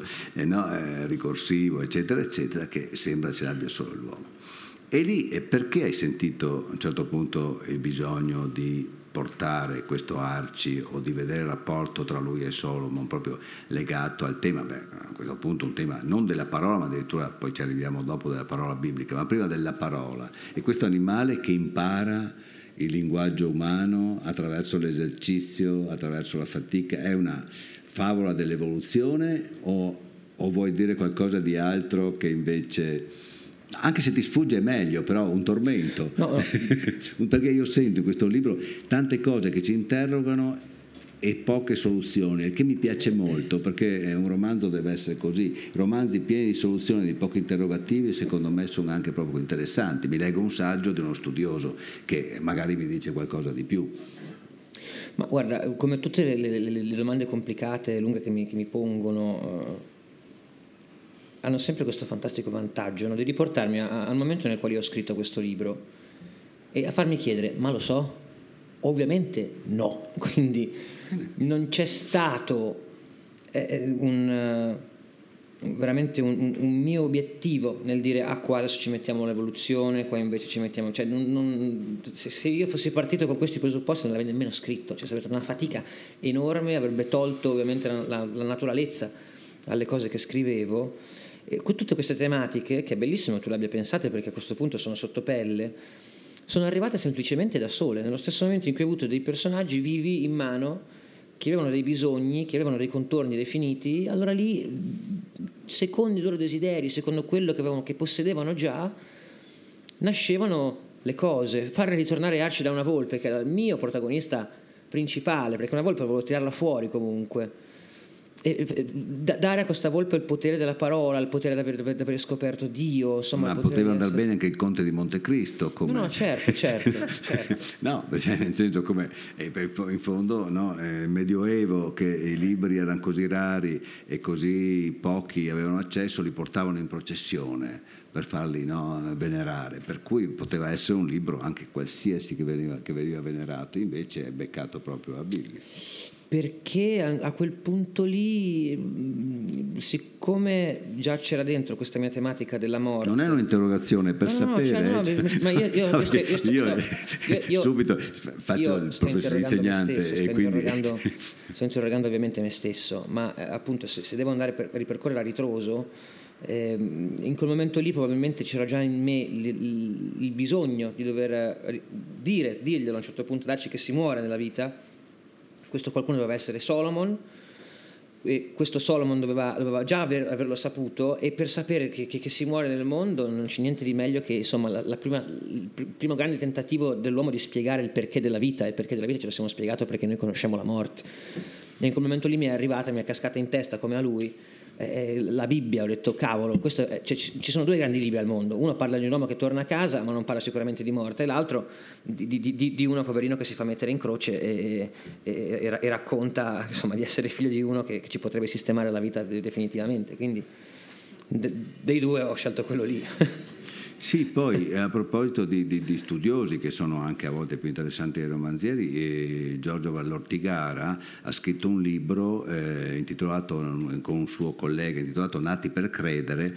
ricorsivo, eccetera, eccetera, che sembra ce l'abbia solo l'uomo. E lì perché hai sentito a un certo punto il bisogno di portare questo Arci, o di vedere il rapporto tra lui e Solomon proprio legato al tema, a questo punto un tema non della parola, ma addirittura poi ci arriviamo dopo, della parola biblica, ma prima della parola, e questo animale che impara il linguaggio umano attraverso l'esercizio, attraverso la fatica? È una favola dell'evoluzione o vuoi dire qualcosa di altro che invece, anche se ti sfugge è meglio, però un tormento? No. Perché io sento in questo libro tante cose che ci interrogano e poche soluzioni, il che mi piace molto, perché un romanzo deve essere così. Romanzi pieni di soluzioni, di pochi interrogativi, secondo me sono anche proprio interessanti. Mi leggo un saggio di uno studioso che magari mi dice qualcosa di più. Ma guarda, come tutte le domande complicate e lunghe che mi pongono, hanno sempre questo fantastico vantaggio, no? Di riportarmi al momento nel quale ho scritto questo libro e a farmi chiedere: ma lo so? Ovviamente no. Quindi non c'è stato veramente un mio obiettivo nel dire: qua adesso ci mettiamo l'evoluzione, qua invece ci mettiamo, cioè se io fossi partito con questi presupposti non l'avrei nemmeno scritto, cioè sarebbe stata una fatica enorme, avrebbe tolto ovviamente la naturalezza alle cose che scrivevo. E tutte queste tematiche, che è bellissimo tu le abbia pensate, perché a questo punto sono sotto pelle, sono arrivate semplicemente da sole, nello stesso momento in cui ho avuto dei personaggi vivi in mano che avevano dei bisogni, che avevano dei contorni definiti. Allora lì, secondo i loro desideri, secondo quello che possedevano già, nascevano le cose. Far ritornare Arci da una volpe, che era il mio protagonista principale, perché una volpe volevo tirarla fuori comunque, e dare a questa volpe il potere della parola, il potere di aver scoperto Dio, insomma. Ma poteva andare bene anche il Conte di Montecristo, come... No, certo. No, cioè, nel senso, come in fondo, no, Medioevo, che i libri erano così rari e così pochi avevano accesso, li portavano in processione per farli, no, venerare, per cui poteva essere un libro anche qualsiasi che veniva venerato, invece è beccato proprio a Bibbia. Perché a quel punto lì, siccome già c'era dentro questa mia tematica della morte... Non è un'interrogazione, per sapere. Ma io subito faccio il professore insegnante e quindi... Sto interrogando ovviamente me stesso, ma appunto se devo andare a ripercorrere a ritroso, in quel momento lì probabilmente c'era già in me il bisogno di dover dirglielo a un certo punto, darci che si muore nella vita. Questo qualcuno doveva essere Solomon, e questo Solomon doveva già averlo saputo, e per sapere che si muore nel mondo non c'è niente di meglio che insomma il primo grande tentativo dell'uomo di spiegare il perché della vita. Il perché della vita ce lo siamo spiegato perché noi conosciamo la morte, e in quel momento lì mi è cascata in testa come a lui la Bibbia. Ho detto cavolo, ci sono due grandi libri al mondo, uno parla di un uomo che torna a casa ma non parla sicuramente di morte, e l'altro di uno poverino che si fa mettere in croce e racconta insomma di essere figlio di uno che ci potrebbe sistemare la vita definitivamente, quindi dei due ho scelto quello lì. Sì, poi a proposito di studiosi che sono anche a volte più interessanti dei romanzieri, Giorgio Vallortigara ha scritto un libro intitolato, con un suo collega, intitolato Nati per credere,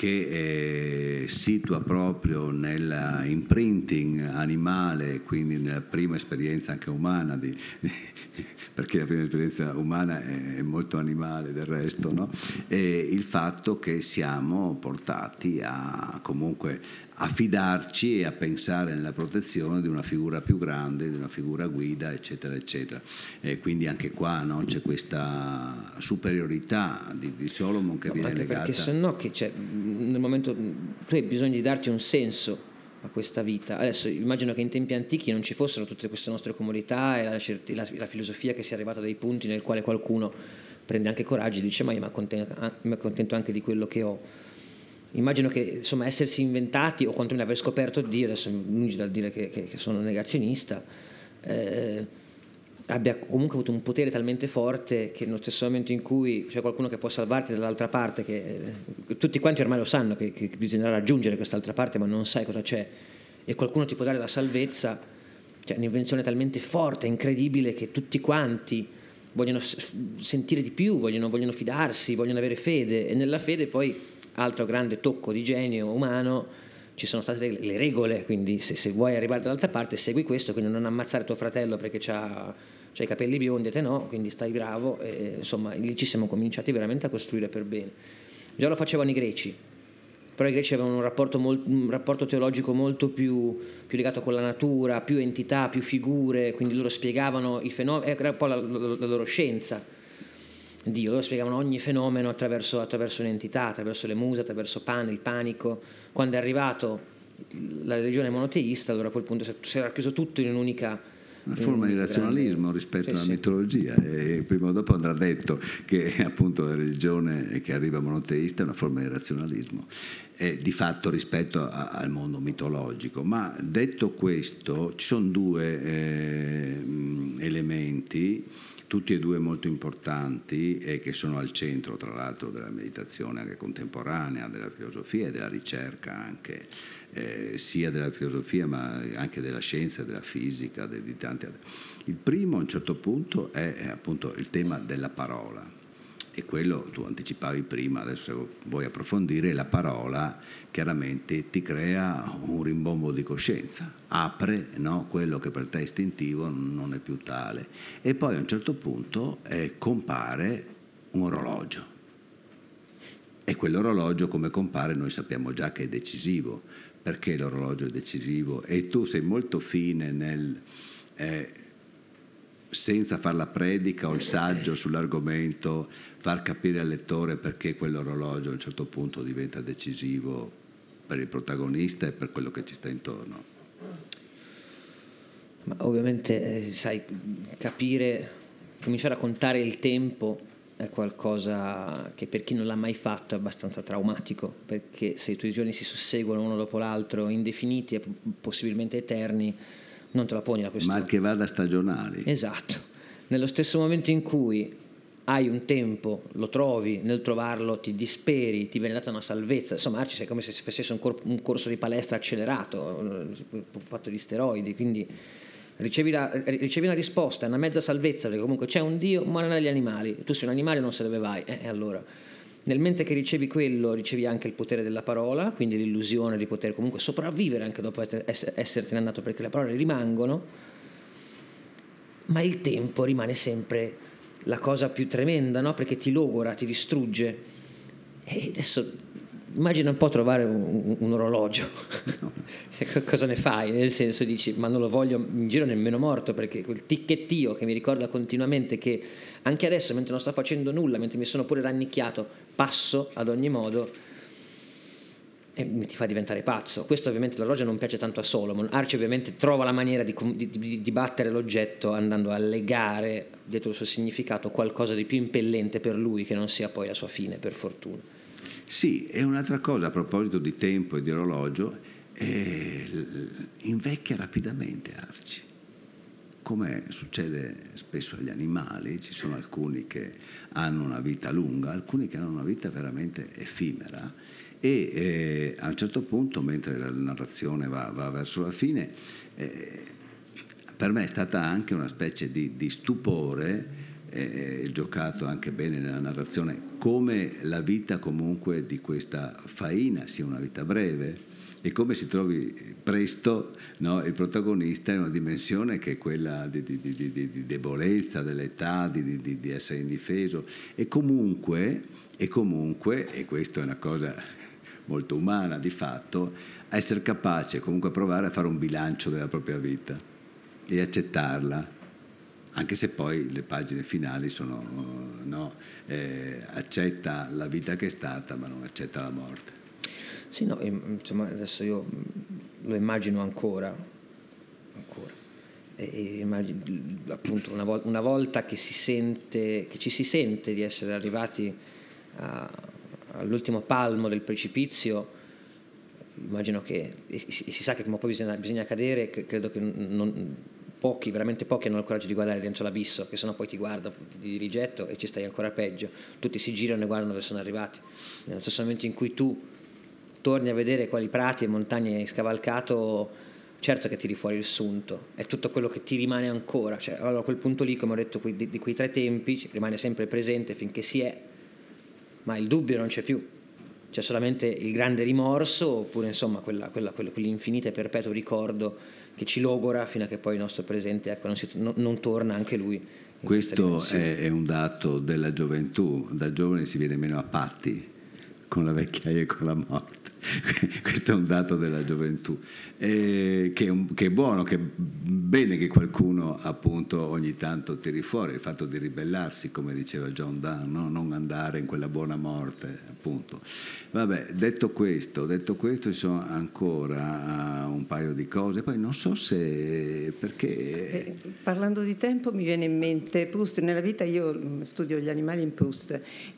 che situa proprio nell'imprinting animale, quindi nella prima esperienza anche umana, perché la prima esperienza umana è molto animale del resto, no? E il fatto che siamo portati a comunque a fidarci e a pensare nella protezione di una figura più grande, di una figura guida, eccetera, eccetera. E quindi anche qua, no, c'è questa superiorità di Solomon che viene legata. Perché se no, nel momento tu hai bisogno di darti un senso a questa vita. Adesso immagino che in tempi antichi non ci fossero tutte queste nostre comodità e la filosofia che sia arrivata a dei punti nel quale qualcuno prende anche coraggio e dice ma io mi accontento anche di quello che ho. Immagino che insomma essersi inventati, o quantomeno aver scoperto Dio, adesso lungi dal dire che sono negazionista, abbia comunque avuto un potere talmente forte che nello stesso momento in cui c'è qualcuno che può salvarti dall'altra parte, che tutti quanti ormai lo sanno che bisognerà raggiungere quest'altra parte ma non sai cosa c'è, e qualcuno ti può dare la salvezza, cioè un'invenzione talmente forte, incredibile, che tutti quanti vogliono sentire di più, vogliono fidarsi, vogliono avere fede, e nella fede poi, altro grande tocco di genio umano, ci sono state le regole, quindi se vuoi arrivare dall'altra parte segui questo, quindi non ammazzare tuo fratello perché c'ha i capelli biondi e te no, quindi stai bravo, e insomma lì ci siamo cominciati veramente a costruire per bene. Già lo facevano i greci, però i greci avevano un rapporto teologico molto più legato con la natura, più entità, più figure, quindi loro spiegavano i fenomeni, era un po' la loro scienza. Dio, loro spiegavano ogni fenomeno attraverso un'entità, attraverso le muse, attraverso Pan, il panico. Quando è arrivato la religione monoteista, allora a quel punto si era chiuso tutto in un'unica... Una forma di razionalismo rispetto alla mitologia, e prima o dopo andrà detto che appunto la religione che arriva monoteista è una forma di razionalismo, di fatto rispetto al mondo mitologico. Ma detto questo, ci sono due elementi, tutti e due molto importanti, e che sono al centro tra l'altro della meditazione anche contemporanea, della filosofia e della ricerca anche, sia della filosofia ma anche della scienza, della fisica, di tanti altri. Il primo a un certo punto è appunto il tema della parola, e quello tu anticipavi prima, adesso se vuoi approfondire, la parola chiaramente ti crea un rimbombo di coscienza, apre, no, quello che per te è istintivo non è più tale, e poi a un certo punto compare un orologio, e quell'orologio come compare noi sappiamo già che è decisivo. Perché l'orologio è decisivo? E tu sei molto fine nel senza far la predica o il saggio sull'argomento, far capire al lettore perché quell'orologio a un certo punto diventa decisivo per il protagonista e per quello che ci sta intorno. Ma ovviamente, sai, cominciare a contare il tempo è qualcosa che per chi non l'ha mai fatto è abbastanza traumatico, perché se i tuoi giorni si susseguono uno dopo l'altro, indefiniti e possibilmente eterni, non te la poni la questione. Ma che vada stagionali. Esatto. Nello stesso momento in cui hai un tempo, lo trovi, nel trovarlo ti disperi, ti viene data una salvezza, insomma è come se facesse un corso di palestra accelerato, fatto di steroidi, quindi ricevi una risposta, una mezza salvezza, perché comunque c'è un Dio, ma non hai gli animali, tu sei un animale, non sai dove vai, allora nel mente che ricevi quello, ricevi anche il potere della parola, quindi l'illusione di poter comunque sopravvivere anche dopo essertene andato, perché le parole rimangono, ma il tempo rimane sempre la cosa più tremenda, no? Perché ti logora, ti distrugge. E adesso immagina un po' trovare un orologio. Cosa ne fai? Nel senso, dici, ma non lo voglio in giro nemmeno morto, perché quel ticchettio che mi ricorda continuamente che anche adesso, mentre non sto facendo nulla, mentre mi sono pure rannicchiato, passo ad ogni modo, e mi ti fa diventare pazzo. Questo ovviamente l'orologio non piace tanto a Solomon. Archie ovviamente trova la maniera di battere l'oggetto andando a legare dietro il suo significato qualcosa di più impellente per lui, che non sia poi la sua fine, per fortuna. Sì, e un'altra cosa a proposito di tempo e di orologio, invecchia rapidamente Archie. Come succede spesso agli animali, ci sono alcuni che hanno una vita lunga, alcuni che hanno una vita veramente effimera, e a un certo punto, mentre la narrazione va verso la fine, per me è stata anche una specie di stupore, giocato anche bene nella narrazione, come la vita comunque di questa faina sia una vita breve, e come si trovi presto, no, il protagonista in una dimensione che è quella di debolezza dell'età, di essere indifeso, e comunque, e questa è una cosa molto umana di fatto, a essere capace comunque a provare a fare un bilancio della propria vita e accettarla, anche se poi le pagine finali sono accetta la vita che è stata, ma non accetta la morte. Sì, no, insomma, adesso io lo immagino ancora, e immagino, appunto, una volta che ci si sente di essere arrivati all'ultimo palmo del precipizio, immagino che, e si sa che prima o poi bisogna cadere, credo che veramente pochi hanno il coraggio di guardare dentro l'abisso, che sennò poi ti guarda di rigetto e ci stai ancora peggio. Tutti si girano e guardano dove sono arrivati. Nello stesso momento in cui tu torni a vedere quali prati e montagne hai scavalcato, certo che tiri fuori il sunto, è tutto quello che ti rimane ancora. Cioè, allora a quel punto lì, come ho detto, di quei 3 tempi rimane sempre presente finché si è, ma il dubbio non c'è più, c'è solamente il grande rimorso, oppure insomma quell'infinito e perpetuo ricordo che ci logora fino a che poi il nostro presente, ecco, non torna anche lui. Questo è un dato della gioventù, da giovane si viene meno a patti con la vecchiaia e con la morte. Questo è un dato della gioventù, che è buono, che è bene che qualcuno appunto ogni tanto tiri fuori il fatto di ribellarsi, come diceva John Donne, no? Non andare in quella buona morte, appunto. Vabbè, detto questo ci sono ancora un paio di cose, poi non so se perché parlando di tempo mi viene in mente Proust. Nella vita io studio gli animali in Proust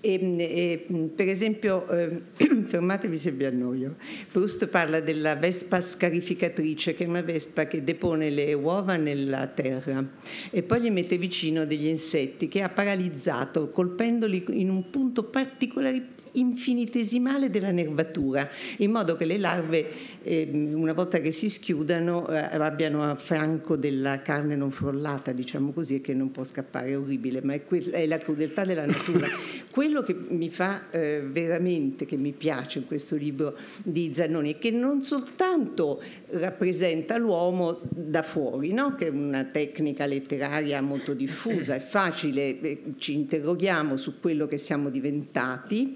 e per esempio fermatevi se vi annoio. Proust parla della vespa scarificatrice, che è una vespa che depone le uova nella terra e poi gli mette vicino degli insetti che ha paralizzato, colpendoli in un punto particolare, infinitesimale della nervatura, in modo che le larve, una volta che si schiudano, abbiano a fianco della carne non frollata, diciamo così, e che non può scappare. È orribile, ma è la crudeltà della natura. Quello che mi fa veramente, che mi piace in questo libro di Zannoni, è che non soltanto rappresenta l'uomo da fuori, no? Che è una tecnica letteraria molto diffusa, è facile, ci interroghiamo su quello che siamo diventati,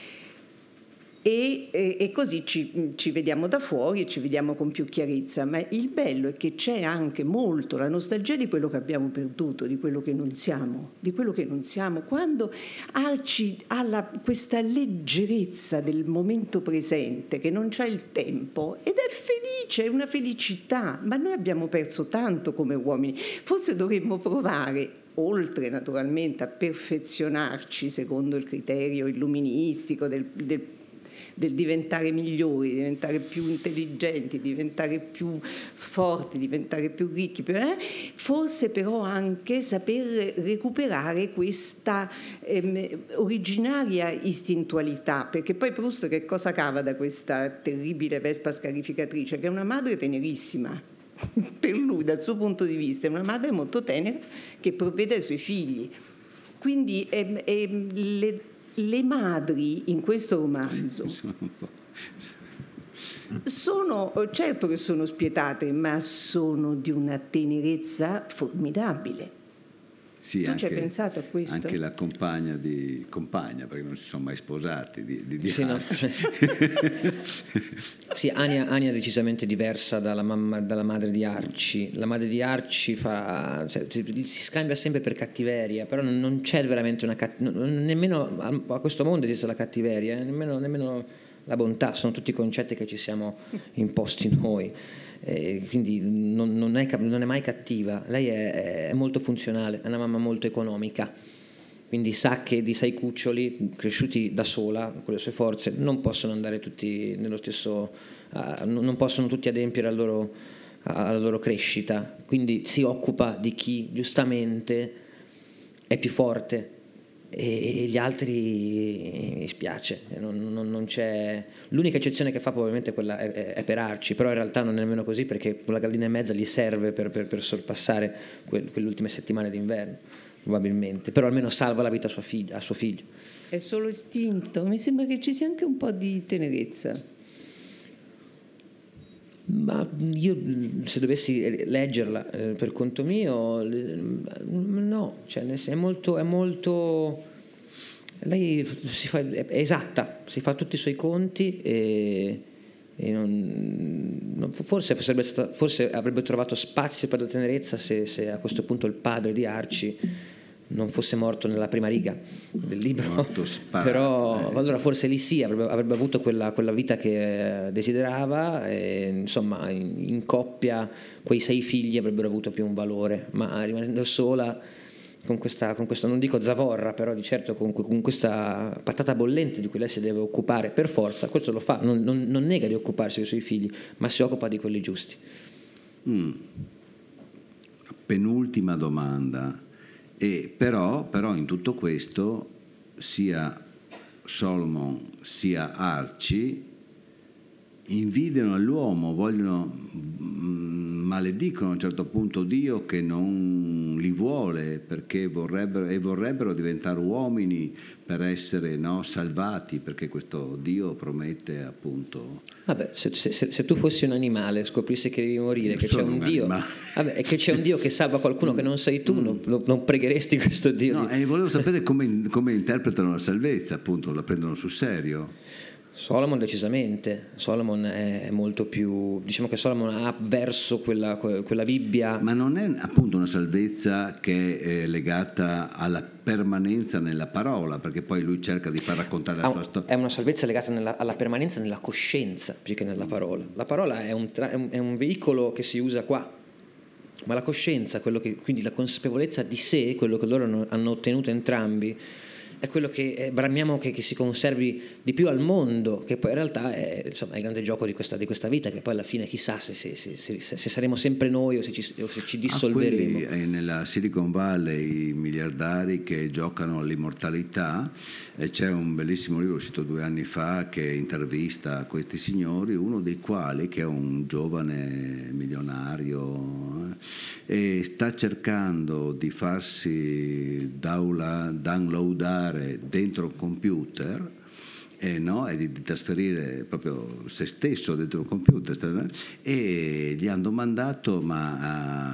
e così ci vediamo da fuori e ci vediamo con più chiarezza, ma il bello è che c'è anche molto la nostalgia di quello che abbiamo perduto, di quello che non siamo, quando Archie ha questa leggerezza del momento presente, che non c'ha il tempo ed è felice, è una felicità, ma noi abbiamo perso tanto come uomini. Forse dovremmo provare, oltre naturalmente a perfezionarci secondo il criterio illuministico del diventare migliori, diventare più intelligenti, diventare più forti, diventare più ricchi, forse però anche saper recuperare questa originaria istintualità, perché poi Proust che cosa cava da questa terribile vespa scarificatrice? Che è una madre tenerissima, Per lui, dal suo punto di vista, è una madre molto tenera che provvede ai suoi figli. Quindi le madri in questo romanzo sono, certo che sono spietate, ma sono di una tenerezza formidabile. Sì, tu ci hai pensato a questo? Anche la compagna, perché non si sono mai sposati, di sì, no. Sì, Ania è decisamente diversa dalla madre di Archie. La madre di Archie si scambia sempre per cattiveria, però non c'è veramente nemmeno a questo mondo esiste la cattiveria, nemmeno la bontà, sono tutti concetti che ci siamo imposti noi. Quindi non è mai cattiva, lei è molto funzionale, è una mamma molto economica, quindi sa che di 6 cuccioli cresciuti da sola con le sue forze non possono andare tutti nello stesso, non possono tutti adempiere alla loro crescita, quindi si occupa di chi giustamente è più forte e gli altri mi spiace, non c'è. L'unica eccezione che fa probabilmente quella è per Archie, però in realtà non è nemmeno così, perché quella gallina e mezza gli serve per sorpassare quelle ultime settimane d'inverno probabilmente, però almeno salva la vita a suo figlio. È solo istinto, mi sembra che ci sia anche un po' di tenerezza. Ma io, se dovessi leggerla per conto mio, no, cioè è molto lei è esatta, si fa tutti i suoi conti e forse avrebbe trovato spazio per la tenerezza se a questo punto il padre di Archie non fosse morto nella prima riga del libro, però allora forse lì sì avrebbe avuto quella vita che desiderava e, insomma, in coppia quei 6 figli avrebbero avuto più un valore, ma rimanendo sola con questa non dico zavorra, però di certo con questa patata bollente di cui lei si deve occupare per forza, questo lo fa, non nega di occuparsi dei suoi figli, ma si occupa di quelli giusti. Penultima domanda. Però in tutto questo sia Solomon sia Archie invidiano l'uomo, maledicono a un certo punto Dio che non li vuole, perché vorrebbero diventare uomini per essere salvati, perché questo Dio promette appunto. Vabbè, se tu fossi un animale, scoprissi che devi morire, che c'è un Dio, e che c'è un Dio che salva qualcuno che non sei tu, non pregheresti questo Dio? No, e volevo sapere come interpretano la salvezza, appunto, la prendono sul serio. Solomon decisamente, Solomon è molto più, diciamo che Solomon ha verso quella Bibbia. Ma non è appunto una salvezza che è legata alla permanenza nella parola, perché poi lui cerca di far raccontare la sua storia. È una salvezza legata alla permanenza nella coscienza più che nella parola. La parola è un veicolo che si usa qua, ma la coscienza, quindi la consapevolezza di sé, quello che loro hanno ottenuto entrambi, è quello che bramiamo che si conservi di più al mondo, che poi in realtà è, insomma, il grande gioco di questa vita, che poi alla fine chissà se saremo sempre noi o se ci dissolveremo. Quelli nella Silicon Valley, i miliardari che giocano all'immortalità, c'è un bellissimo libro uscito 2 anni fa che intervista questi signori, uno dei quali, che è un giovane milionario, e sta cercando di farsi downloadare dentro un computer e di trasferire proprio se stesso dentro un computer, e gli hanno domandato, ma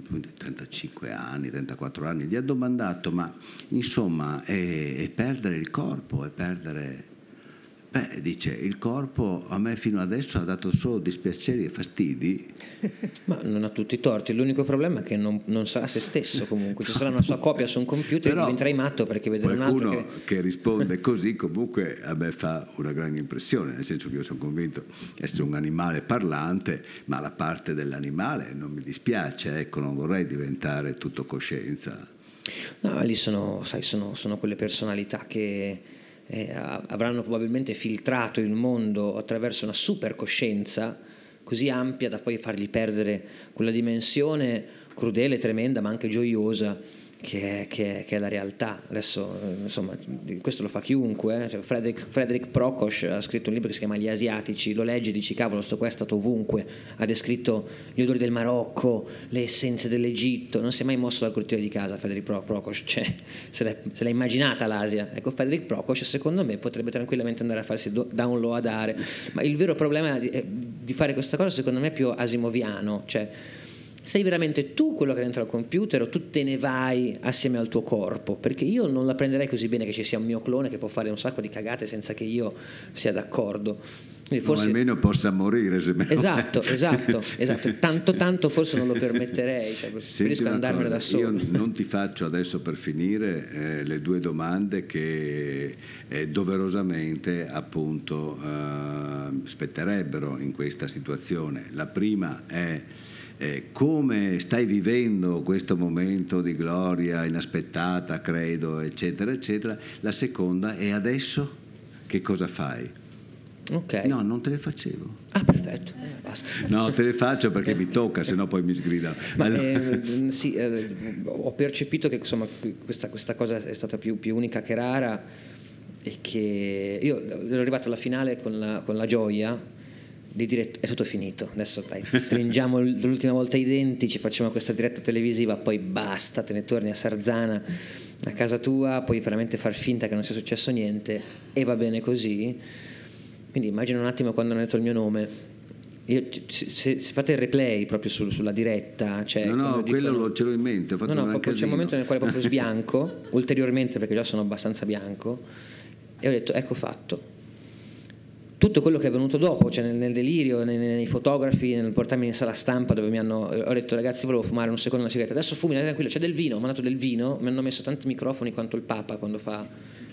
35 anni, 34 anni, gli hanno domandato, ma insomma è perdere il corpo, è perdere. Dice, il corpo a me fino adesso ha dato solo dispiaceri e fastidi. Ma non ha tutti i torti, l'unico problema è che non sarà se stesso comunque, ci sarà una sua copia su un computer. Però e diventerai matto perché vedere un altro che risponde così comunque a me fa una grande impressione, nel senso che io sono convinto di essere un animale parlante, ma la parte dell'animale non mi dispiace, ecco, non vorrei diventare tutto coscienza. No, lì sono quelle personalità che avranno probabilmente filtrato il mondo attraverso una super coscienza così ampia da poi fargli perdere quella dimensione crudele, tremenda, ma anche gioiosa che è la realtà. Adesso insomma questo lo fa chiunque, cioè, Frederick Prokos ha scritto un libro che si chiama Gli asiatici, lo leggi e dici cavolo, sto qua è stato ovunque, ha descritto gli odori del Marocco, le essenze dell'Egitto, non si è mai mosso dal cortile di casa Frederick Prokos, cioè se l'è immaginata l'Asia. Ecco, Frederick Prokos secondo me potrebbe tranquillamente andare a farsi downloadare, ma il vero problema di fare questa cosa secondo me è più asimoviano, cioè sei veramente tu quello che è dentro al computer o tu te ne vai assieme al tuo corpo? Perché io non la prenderei così bene che ci sia un mio clone che può fare un sacco di cagate senza che io sia d'accordo. Quindi forse... almeno possa morire se me lo... Esatto. Tanto forse non lo permetterei, cioè, preferisco andarmene da solo. Io non ti faccio adesso, per finire, le due domande che doverosamente appunto spetterebbero in questa situazione. La prima è come stai vivendo questo momento di gloria inaspettata, credo, eccetera, eccetera. La seconda è adesso che cosa fai? Ok. No, non te le facevo. Ah, perfetto. Basta. No, te le faccio perché mi tocca, sennò poi mi sgridano. Sì, ho percepito che insomma questa cosa è stata più unica che rara, e che io ero arrivato alla finale con la gioia di dire è tutto finito, adesso dai, stringiamo l'ultima volta i denti, ci facciamo questa diretta televisiva, poi basta, te ne torni a Sarzana, a casa tua, puoi veramente far finta che non sia successo niente e va bene così. Quindi immagino un attimo quando hanno detto il mio nome, se fate il replay proprio sulla diretta, cioè no, quello ce l'ho in mente, ho fatto proprio c'è un momento nel quale proprio sbianco ulteriormente, perché già sono abbastanza bianco, e ho detto ecco fatto. Tutto quello che è venuto dopo, cioè nel delirio, nei fotografi, nel portarmi in sala stampa dove ho detto ragazzi volevo fumare un secondo una sigaretta, adesso fumi, tranquillo, c'è del vino, mi hanno dato del vino, mi hanno messo tanti microfoni quanto il Papa quando fa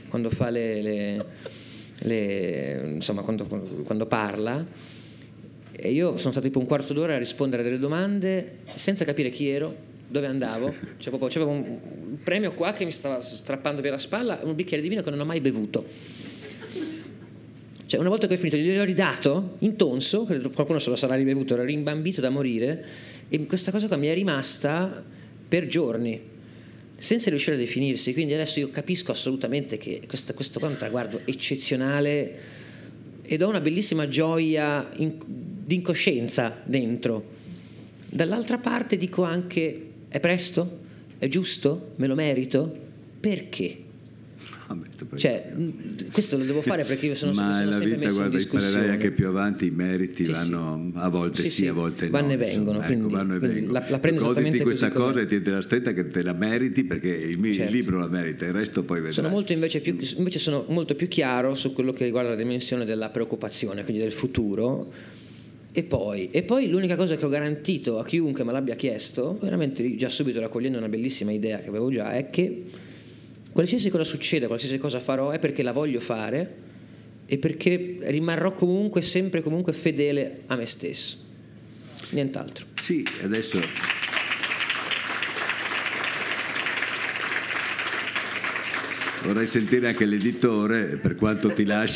insomma quando parla, e io sono stato tipo un quarto d'ora a rispondere a delle domande senza capire chi ero, dove andavo, cioè proprio c'avevo un premio qua che mi stava strappando via la spalla, un bicchiere di vino che non ho mai bevuto. Cioè una volta che ho finito gliel'ho ridato intonso, qualcuno se lo sarà ribevuto, era rimbambito da morire, e questa cosa qua mi è rimasta per giorni senza riuscire a definirsi. Quindi adesso io capisco assolutamente che questo qua è un traguardo eccezionale ed ho una bellissima gioia di incoscienza dentro. Dall'altra parte dico anche è presto? È giusto? Me lo merito? Perché? Cioè, questo lo devo fare perché io sono sempre messo in discussione. Ma la vita, guarda, imparerai anche più avanti, i meriti vanno a volte sì, a volte vanno no. E vengono, Insomma, vanno e vengono. La prendo esattamente questa così cosa e ti la stretta che te la meriti perché il libro la merita, il resto poi vedrai. Sono molto più chiaro su quello che riguarda la dimensione della preoccupazione, quindi del futuro. E poi l'unica cosa che ho garantito a chiunque me l'abbia chiesto, veramente già subito raccogliendo una bellissima idea che avevo già, è che qualsiasi cosa succeda, qualsiasi cosa farò è perché la voglio fare e perché rimarrò comunque, sempre comunque fedele a me stesso, nient'altro. Sì, adesso vorrei sentire anche l'editore per quanto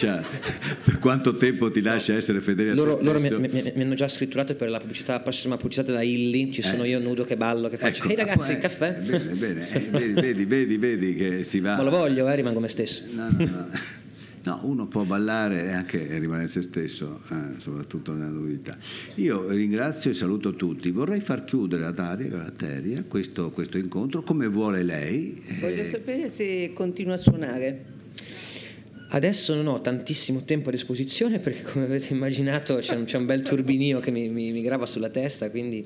tempo ti lascia essere fedele a te stesso. Loro mi hanno già scritturato per la prossima pubblicità della Illy, ci sono io nudo che ballo, che faccio ehi ragazzi, il caffè? Bene, vedi che si va. Ma lo voglio, rimango me stesso. No, uno può ballare e anche rimanere se stesso, soprattutto nella novità. Io ringrazio e saluto tutti. Vorrei far chiudere ad Aria Galateria questo incontro come vuole lei. Voglio sapere se continua a suonare. Adesso non ho tantissimo tempo a disposizione perché, come avete immaginato, c'è un bel turbinio che mi grava sulla testa, quindi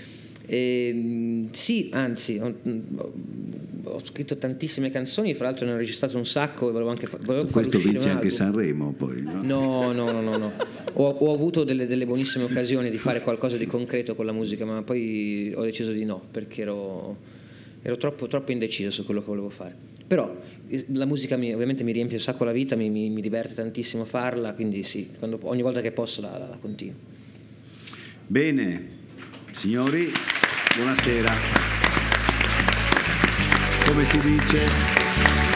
sì, anzi ho scritto tantissime canzoni, fra l'altro ne ho registrato un sacco e volevo anche questo vince anche Sanremo poi, no? No. Ho avuto delle buonissime occasioni di fare qualcosa di concreto con la musica, ma poi ho deciso di no perché ero troppo indeciso su quello che volevo fare. Però la musica ovviamente mi riempie un sacco la vita, mi diverte tantissimo farla, quindi sì, ogni volta che posso la continuo. Bene, signori, buonasera. Come si dice?